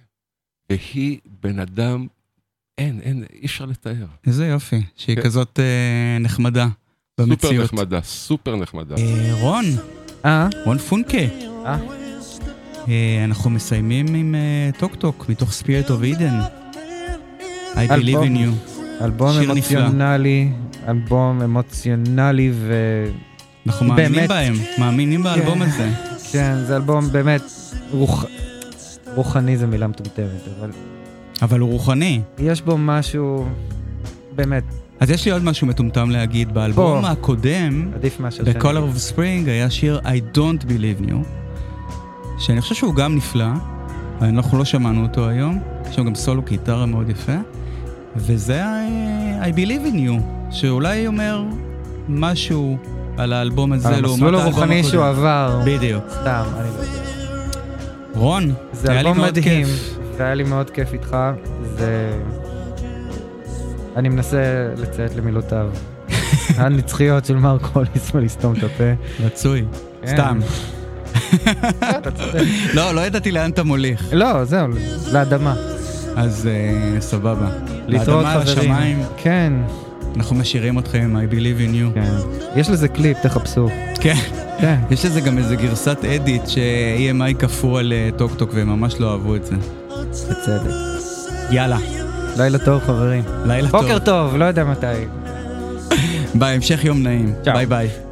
והיא בן אדם, אין, אין, אי אפשר לתאר. איזה יופי, שהיא כזאת נחמדה במציאות. סופר נחמדה, סופר נחמדה. רון, רון פונקה. אנחנו מסיימים עם טוק טוק, מתוך Spirit of Eden. I Believe in You. אלבום אמוציונלי, אלבום אמוציונלי ו... אנחנו מאמינים בהם, מאמינים באלבום הזה. כן, זה אלבום באמת רוחני, זה מילה מטומטמת, אבל... אבל הוא רוחני. יש בו משהו, באמת. אז יש לי עוד משהו מטומטם להגיד, באלבום הקודם, ב-Color of Spring, היה שיר I Don't Believe in You, שאני חושב שהוא גם נפלא, אבל אנחנו לא שמענו אותו היום, יש שם גם סולו גיטרה מאוד יפה, וזה I Believe in You, שאולי אומר משהו על האלבום הזה, לעומת האלבום הקודם. המסלול הרוחני שהוא עבר. בדיוק. סתם, אני לא יודע. רון, זה אלבום מדהים, והיה לי מאוד כיף איתך, זה... אני מנסה לציית למילותיו. הנצחיות של מרק הוליס ולסתום את הפה. רצוי, סתם. לא, לא ידעתי לאן אתה מוליך. לא, זהו, לאדמה. אז סבבה. להתראות חברים. כן. אנחנו משאירים אתכם עם I Believe in You. כן. יש לזה קליפ, תחפשו. כן. כן. יש לזה גם איזה גרסת אדיט ש-אי אם איי כפו על טוק טוק והם ממש לא אהבו את זה. בצדק. יאללה. לילה טוב חברים. לילה טוב. בוקר טוב, לא יודע מתי. ביי, המשך יום נעים. ביי ביי.